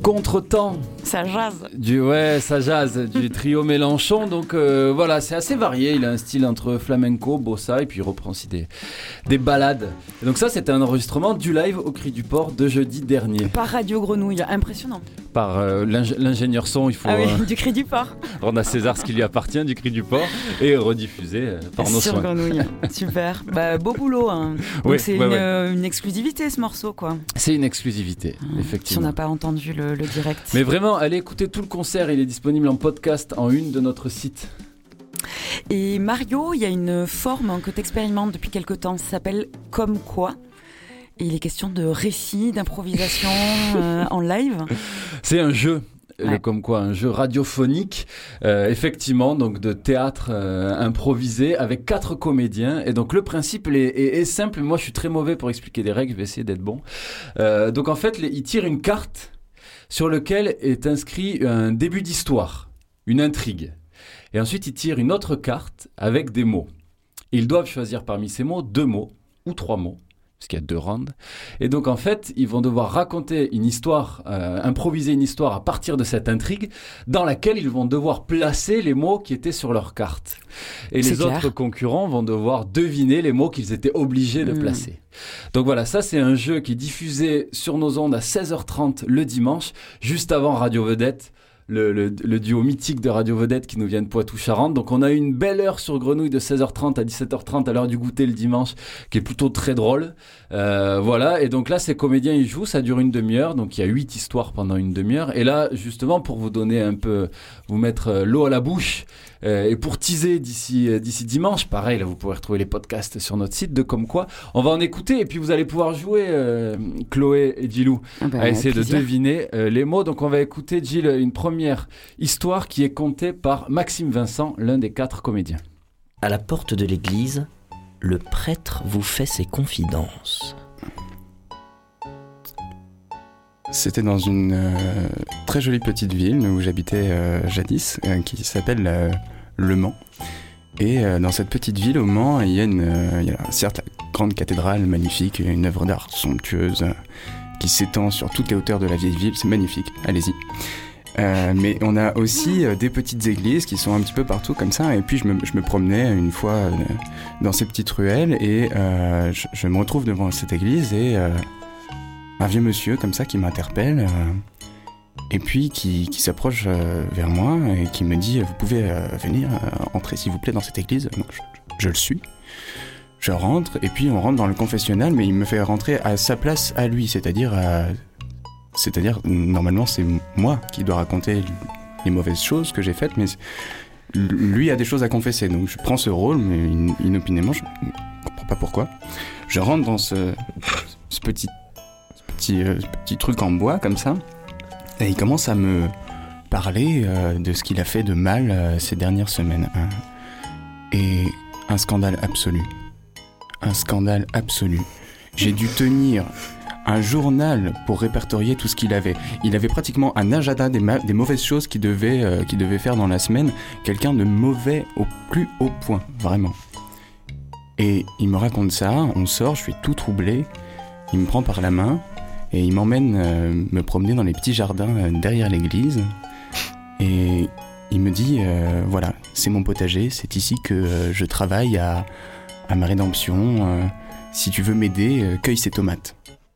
Contretemps. Ça jase. Du, ouais, ça jase, du trio Mélenchon. Donc euh, voilà, c'est assez varié. Il a un style entre flamenco, bossa, et puis il reprend aussi des, des ballades. Et donc ça, c'était un enregistrement du live au Cri du Port de jeudi dernier. Par Radio Grenouille, impressionnant. Par euh, l'ing- l'ingénieur son, il faut ah oui, euh, du Cri du Port. rendre à César ce qui lui appartient du Cri du Port et rediffuser euh, par nos Sur soins. Grenouille, super. Bah, beau boulot. Hein. Donc Oui, c'est ouais, une, ouais. euh, une exclusivité ce morceau, quoi. C'est une exclusivité, Si on effectivement. n'a pas entendu le, le direct. Mais vraiment, allez écouter tout le concert, il est disponible en podcast en une de notre site. Et Mario, il y a une forme que tu expérimentes depuis quelque temps, ça s'appelle Comme quoi. Et il est question de récit, d'improvisation euh, en live. C'est un jeu. Ouais. Le, comme quoi, un jeu radiophonique, euh, effectivement, donc de théâtre euh, improvisé avec quatre comédiens. Et donc le principe est, est, est simple. Moi, je suis très mauvais pour expliquer des règles. Je vais essayer d'être bon. Euh, donc en fait, les, ils tirent une carte sur laquelle est inscrit un début d'histoire, une intrigue. Et ensuite, ils tirent une autre carte avec des mots. Ils doivent choisir parmi ces mots deux mots ou trois mots. Parce qu'il y a deux rounds. Et donc, en fait, ils vont devoir raconter une histoire, euh, improviser une histoire à partir de cette intrigue dans laquelle ils vont devoir placer les mots qui étaient sur leur carte. Et C'est les clair. autres concurrents vont devoir deviner les mots qu'ils étaient obligés de Mmh. placer. Donc voilà, ça, c'est un jeu qui est diffusé sur nos ondes à seize heures trente le dimanche, juste avant Radio Vedette. Le, le, le duo mythique de Radio Vedette qui nous vient de Poitou-Charentes. Donc on a eu une belle heure sur Grenouille de seize heures trente à dix-sept heures trente à l'heure du goûter le dimanche, qui est plutôt très drôle. Euh, voilà, et donc là ces comédiens ils jouent, ça dure une demi-heure, donc il y a huit histoires pendant une demi-heure. Et là justement pour vous donner un peu, vous mettre euh, l'eau à la bouche, euh, et pour teaser d'ici, euh, d'ici dimanche, pareil là vous pourrez retrouver les podcasts sur notre site de Comme quoi, on va en écouter et puis vous allez pouvoir jouer euh, Chloé et Gilou Ah bah, à essayer plaisir. de deviner euh, les mots. Donc on va écouter Gilles une première histoire qui est contée par Maxime Vincent, l'un des quatre comédiens. À la porte de l'église, le prêtre vous fait ses confidences. C'était dans une euh, très jolie petite ville où j'habitais euh, jadis, euh, qui s'appelle euh, Le Mans. Et euh, dans cette petite ville, au Mans, il y a, une, euh, il y a certes la grande cathédrale magnifique, une œuvre d'art somptueuse euh, qui s'étend sur toutes les hauteurs de la vieille ville. C'est magnifique, allez-y. Euh, mais on a aussi euh, des petites églises qui sont un petit peu partout comme ça. Et puis je me, je me promenais une fois euh, dans ces petites ruelles et euh, je, je me retrouve devant cette église et euh, un vieux monsieur comme ça qui m'interpelle euh, et puis qui, qui s'approche euh, vers moi et qui me dit « Vous pouvez euh, venir euh, entrer s'il vous plaît dans cette église ?» Donc je, je le suis. Je rentre et puis on rentre dans le confessionnal, mais il me fait rentrer à sa place à lui, c'est-à-dire à... C'est-à-dire, normalement, c'est moi qui dois raconter les mauvaises choses que j'ai faites, mais lui a des choses à confesser. Donc je prends ce rôle, mais in- inopinément, je ne comprends pas pourquoi. Je rentre dans ce, ce, petit, ce, petit, euh, ce petit truc en bois, comme ça, et il commence à me parler euh, de ce qu'il a fait de mal euh, ces dernières semaines. Hein. Et un scandale absolu. Un scandale absolu. J'ai dû tenir un journal pour répertorier tout ce qu'il avait. Il avait pratiquement un agenda des, ma- des mauvaises choses qu'il devait, euh, qu'il devait faire dans la semaine. Quelqu'un de mauvais au plus haut point, vraiment. Et il me raconte ça, on sort, je suis tout troublé. Il me prend par la main et il m'emmène euh, me promener dans les petits jardins euh, derrière l'église. Et il me dit, euh, voilà, c'est mon potager, c'est ici que euh, je travaille à, à ma rédemption. Euh, si tu veux m'aider, euh, cueille ces tomates.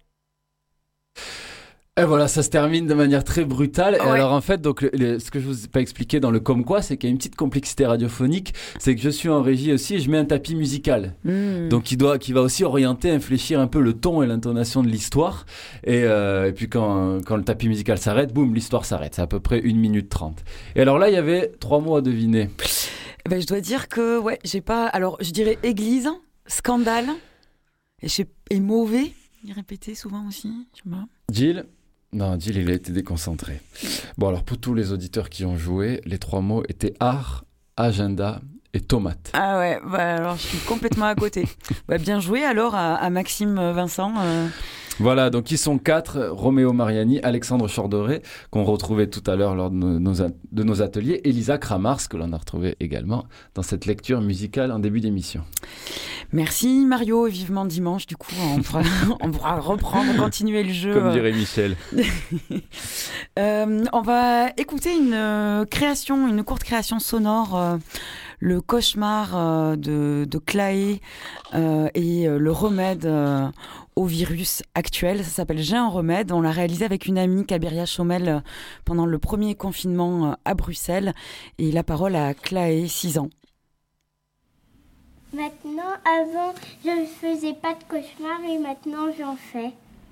Et voilà, ça se termine de manière très brutale. Et Ouais. alors en fait, donc le- le- ce que je vous ai pas expliqué dans le comme quoi, c'est qu'il y a une petite complexité radiophonique, c'est que je suis en régie aussi et je mets un tapis musical. Mmh. Donc qui doit, qui va aussi orienter, infléchir un peu le ton et l'intonation de l'histoire. Et, euh, et puis quand, quand le tapis musical s'arrête, boum, l'histoire s'arrête. C'est à peu près une minute trente. Et alors là, il y avait trois mots à deviner. Ben, je dois dire que, ouais, j'ai pas. Alors, je dirais église, scandale, et, je sais- et mauvais. Il répétait souvent aussi. Je sais pas. Gilles? Non, Gilles, il a été déconcentré. Bon, alors pour tous les auditeurs qui ont joué, les trois mots étaient art, agenda et tomate. Ah ouais, bah alors je suis complètement à côté. Bah, bien joué alors à, à Maxime Vincent. euh. Voilà, donc ils sont quatre, Roméo Mariani, Alexandre Chordoré, qu'on retrouvait tout à l'heure lors de nos, nos, de nos ateliers, et Lisa Kramars, que l'on a retrouvé également dans cette lecture musicale en début d'émission. Merci Mario, vivement dimanche, du coup on pourra, on pourra reprendre, continuer le jeu. Comme dirait Michel. euh, on va écouter une euh, création, une courte création sonore, euh, le cauchemar euh, de, de Claé euh, et euh, le remède euh, au virus actuel. Ça s'appelle J'ai un remède. On l'a réalisé avec une amie, Kabiria Chomel, pendant le premier confinement à Bruxelles. Et la parole à Claé, six ans. Maintenant, avant, je ne faisais pas de cauchemar et maintenant j'en fais.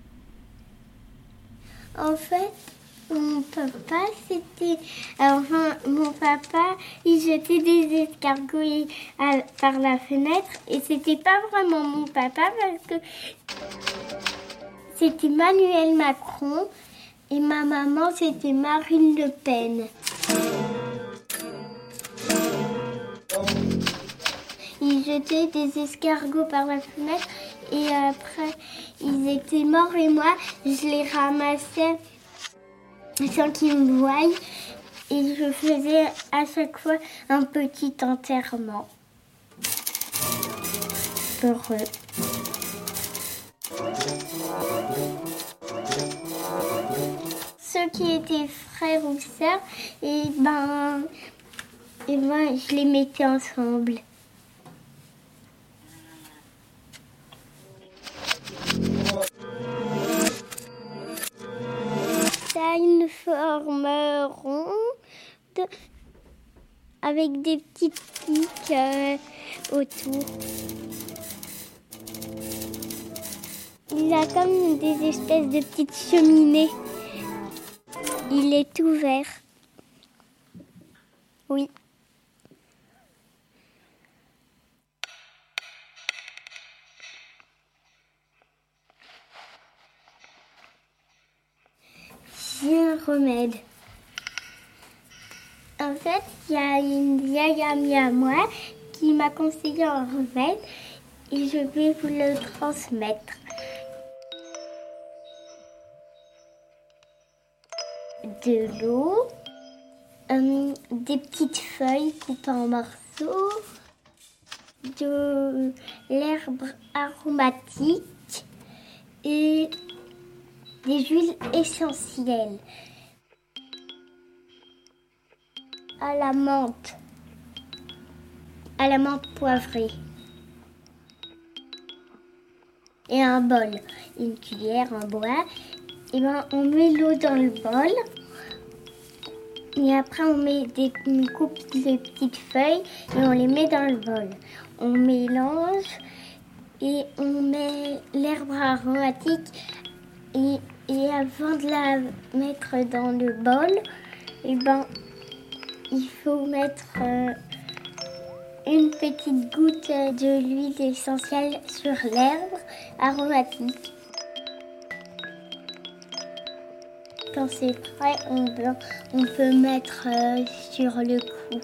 En fait, mon papa, c'était... Enfin, mon papa, il jetait des escargots à... par la fenêtre et c'était pas vraiment mon papa parce que c'était Emmanuel Macron et ma maman, c'était Marine Le Pen. Ils jetaient des escargots par la fenêtre et après, ils étaient morts et moi, je les ramassais sans qu'ils me voient et je faisais à chaque fois un petit enterrement pour eux. Ceux qui étaient frères ou sœurs, et ben, et ben, je les mettais ensemble. Ça a une forme ronde avec des petits pics euh, autour. Il a comme des espèces de petites cheminées. Il est ouvert. Oui. J'ai un remède. En fait, il y a une vieille amie à moi qui m'a conseillé un remède et je vais vous le transmettre. De l'eau, euh, des petites feuilles coupées en morceaux, de l'herbe aromatique et des huiles essentielles. À la menthe, à la menthe poivrée. Et un bol, une cuillère en bois. Et ben on met l'eau dans le bol. Et après on met des, on coupe les petites feuilles et on les met dans le bol. On mélange et on met l'herbe aromatique. Et, et avant de la mettre dans le bol, et ben il faut mettre euh, une petite goutte de l'huile essentielle sur l'herbe aromatique. Quand c'est prêt, on peut, on peut mettre euh, sur le cou.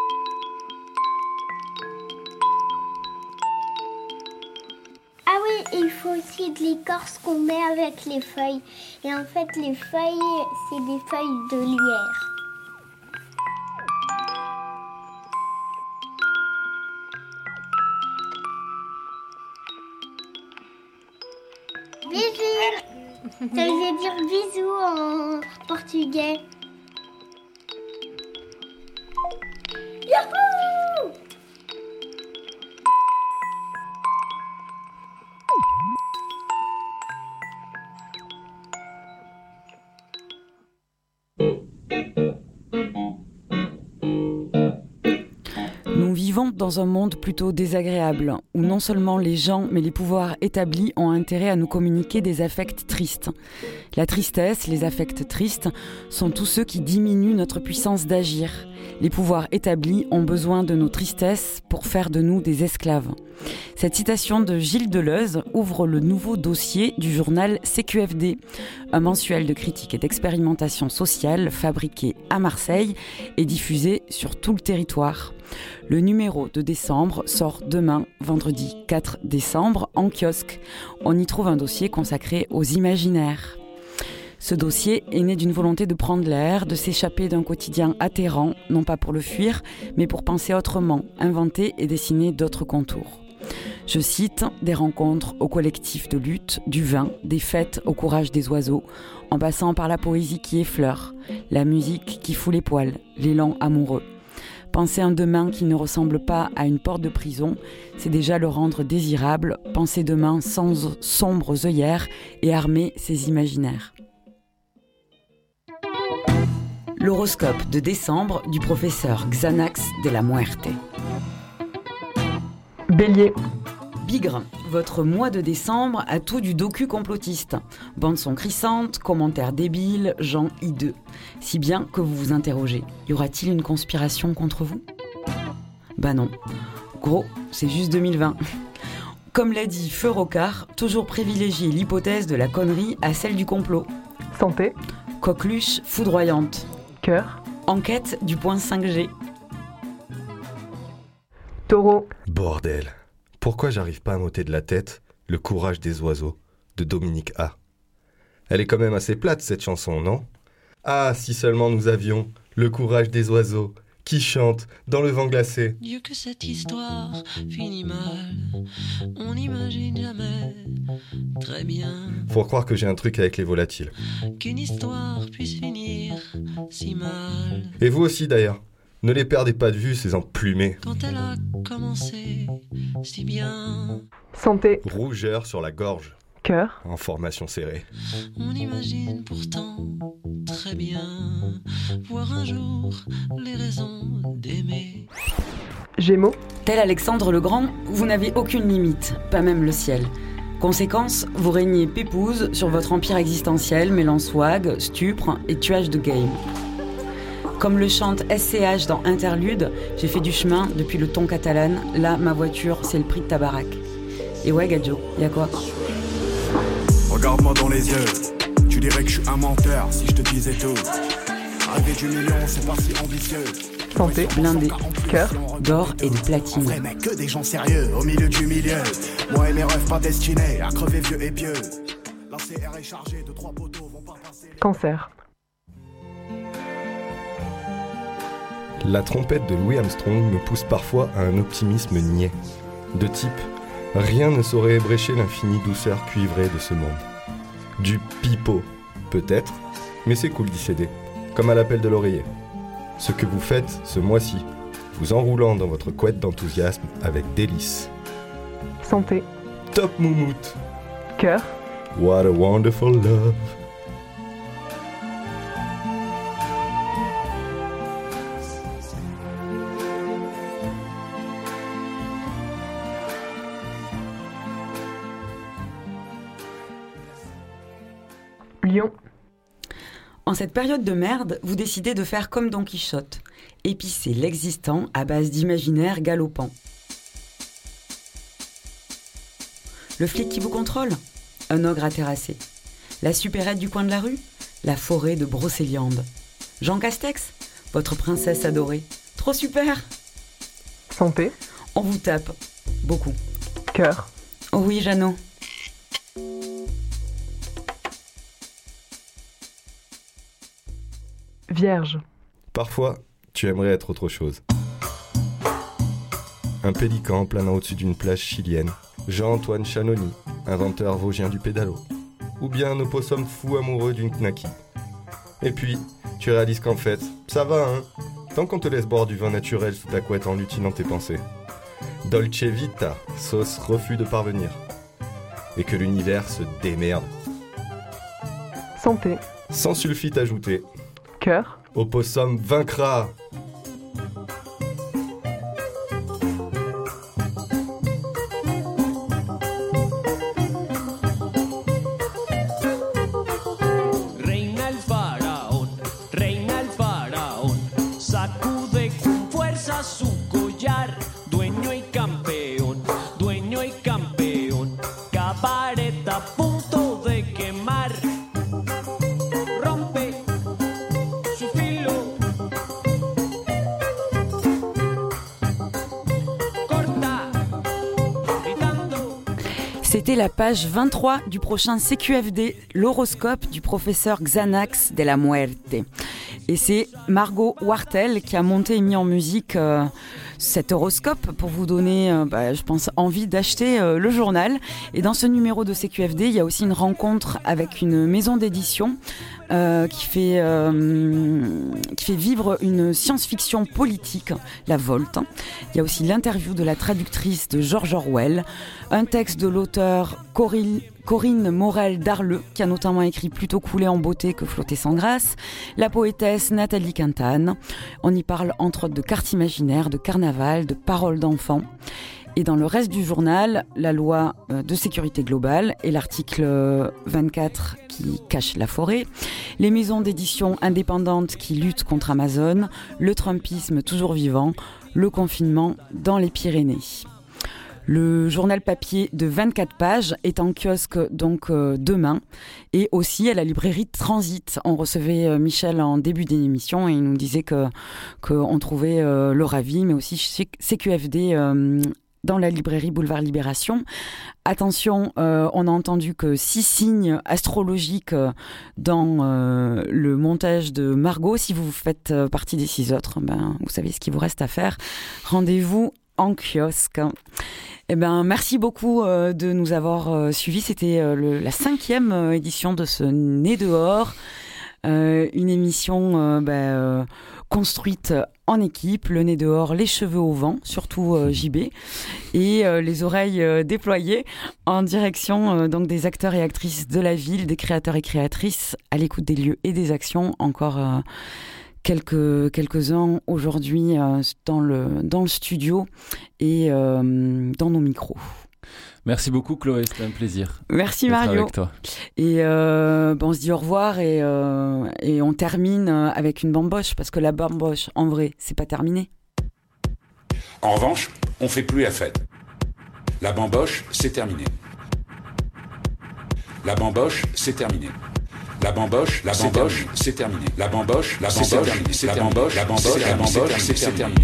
Ah oui, il faut aussi de l'écorce qu'on met avec les feuilles. Et en fait, les feuilles, c'est des feuilles de lierre. Bisous. Ça veut dire bisous en portugais. Youhou! Nous vivons dans un monde plutôt désagréable, où non seulement les gens, mais les pouvoirs établis ont intérêt à nous communiquer des affects tristes. La tristesse, les affects tristes, sont tous ceux qui diminuent notre puissance d'agir. Les pouvoirs établis ont besoin de nos tristesses pour faire de nous des esclaves. Cette citation de Gilles Deleuze ouvre le nouveau dossier du journal C Q F D, un mensuel de critique et d'expérimentation sociale fabriqué à Marseille et diffusé sur tout le territoire. Le numéro de décembre sort demain, vendredi quatre décembre, en kiosque. On y trouve un dossier consacré aux imaginaires. Ce dossier est né d'une volonté de prendre l'air, de s'échapper d'un quotidien atterrant, non pas pour le fuir, mais pour penser autrement, inventer et dessiner d'autres contours. Je cite des rencontres au collectif de lutte, du vin, des fêtes au courage des oiseaux, en passant par la poésie qui effleure, la musique qui fout les poils, l'élan amoureux. Penser un demain qui ne ressemble pas à une porte de prison, c'est déjà le rendre désirable, penser demain sans sombres œillères et armer ses imaginaires. L'horoscope de décembre du professeur Xanax de la Muerte. Bélier. Bigre, votre mois de décembre a tout du docu complotiste. Bande-son crissante, commentaires débiles, gens hideux. Si bien que vous vous interrogez, y aura-t-il une conspiration contre vous ? Bah non. Gros, c'est juste deux mille vingt. Comme l'a dit Feu Rocard, toujours privilégier l'hypothèse de la connerie à celle du complot. Santé. Coqueluche foudroyante. Cœur. Enquête du point cinq G. Taureau. Bordel. Pourquoi j'arrive pas à m'ôter de la tête Le courage des oiseaux de Dominique A. Elle est quand même assez plate cette chanson, non ? Ah, si seulement nous avions le courage des oiseaux qui chantent dans le vent glacé. Dieu que cette histoire finit mal, on n'imagine jamais très bien Faut croire que j'ai un truc avec les volatiles. qu'une histoire puisse finir si mal. Et vous aussi d'ailleurs. Ne les perdez pas de vue, ces emplumés. Quand elle a commencé si bien, Santé. Rougeur sur la gorge. Cœur. En formation serrée. on imagine pourtant très bien voir un jour les raisons d'aimer. Gémeaux. Tel Alexandre le Grand, vous n'avez aucune limite, pas même le ciel. Conséquence, vous régnez pépouze sur votre empire existentiel mêlant swag, stupre et tuage de game. Comme le chante S C H dans Interlude, j'ai fait du chemin depuis le ton catalane. Là, ma voiture, c'est le prix de ta baraque. Et ouais, Gadjo, y'a quoi ? Regarde-moi dans les yeux, tu dirais que je suis un menteur si je te disais tout. Rêver du million, c'est pas si ambitieux. Santé. Blindé. Cœur. D'or et de platine. Vrai mec, que des gens sérieux au milieu du milieu. Moi et mes rêves pas destinés à crever vieux et pieux. La C R est chargée de trois poteaux vont pas passer. Cancer. La trompette de Louis Armstrong me pousse parfois à un optimisme niais. De type, rien ne saurait ébrécher l'infinie douceur cuivrée de ce monde. Du pipeau, peut-être, mais c'est cool d'y céder, comme à l'appel de l'oreiller. Ce que vous faites ce mois-ci, vous enroulant dans votre couette d'enthousiasme avec délice. Santé. Top moumoute. Cœur. What a wonderful love. Lion. En cette période de merde, vous décidez de faire comme Don Quichotte, épicer l'existant à base d'imaginaires galopants. Le flic qui vous contrôle ? Un ogre à terrasser. La supérette du coin de la rue ? La forêt de Brocéliande. Jean Castex ? Votre princesse adorée. Trop super ! Santé. On vous tape. Beaucoup. Cœur. Oh oui, Jeannot. Vierge. Parfois, tu aimerais être autre chose. Un pélican planant au-dessus d'une plage chilienne. Jean-Antoine Chanoni, inventeur vosgien du pédalo. Ou bien un opossum fou amoureux d'une knacky. Et puis, tu réalises qu'en fait, ça va, hein, tant qu'on te laisse boire du vin naturel sous ta couette en lutinant tes pensées. Dolce Vita, sauce refus de parvenir. Et que l'univers se démerde. Santé. Sans sulfite ajouté. Cœur. Opossum vaincra. Reina el faraón, reina el faraón, sacude C'était la page vingt-trois du prochain C Q F D, l'horoscope du professeur Xanax de la Muerte. Et c'est Margot Wartel qui a monté et mis en musique euh, cet horoscope pour vous donner, euh, bah, je pense, envie d'acheter euh, le journal. Et dans ce numéro de C Q F D, il y a aussi une rencontre avec une maison d'édition euh, qui fait, euh, qui fait vivre une science-fiction politique, la Volte. Il y a aussi l'interview de la traductrice de George Orwell, un texte de l'auteur Corinne Corinne Morel-Darleux, qui a notamment écrit Plutôt couler en beauté que flotter sans grâce, la poétesse Nathalie Quintane. On y parle entre autres de cartes imaginaires, de carnaval, de paroles d'enfants. Et dans le reste du journal, la loi de sécurité globale et l'article vingt-quatre qui cache la forêt, les maisons d'édition indépendantes qui luttent contre Amazon, le Trumpisme toujours vivant, le confinement dans les Pyrénées. Le journal papier de vingt-quatre pages est en kiosque donc euh, demain et aussi à la librairie Transit. On recevait euh, Michel en début d'émission et il nous disait que qu'on trouvait euh, le Ravi, mais aussi C Q F D euh, dans la librairie Boulevard Libération. Attention, euh, on a entendu que six signes astrologiques euh, dans euh, le montage de Margot. Si vous faites euh, partie des six autres, ben, vous savez ce qu'il vous reste à faire. Rendez-vous en kiosque. Eh ben, merci beaucoup euh, de nous avoir euh, suivis. C'était euh, le, la cinquième euh, édition de ce Nez dehors, euh, une émission euh, bah, euh, construite en équipe, le nez dehors, les cheveux au vent, surtout euh, J B, et euh, les oreilles euh, déployées en direction euh, donc des acteurs et actrices de la ville, des créateurs et créatrices à l'écoute des lieux et des actions. Encore euh, Quelques, quelques-uns aujourd'hui euh, dans, le, dans le studio et euh, dans nos micros. Merci beaucoup Chloé, c'était un plaisir. Merci Mario. Avec toi. Et euh, bon, on se dit au revoir et, euh, et on termine avec une bamboche parce que la bamboche, en vrai, c'est pas terminé. En revanche, on fait plus la fête. La bamboche, c'est terminé. La bamboche, c'est terminé. La bamboche, la bamboche, c'est terminé. La bamboche, la bamboche, c'est terminé. La bamboche, la bamboche, la bamboche, c'est terminé.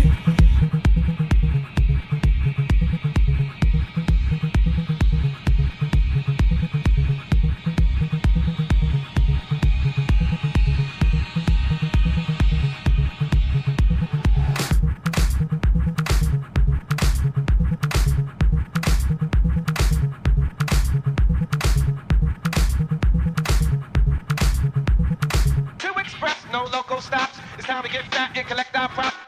No local stops. It's time to get fat and collect our props.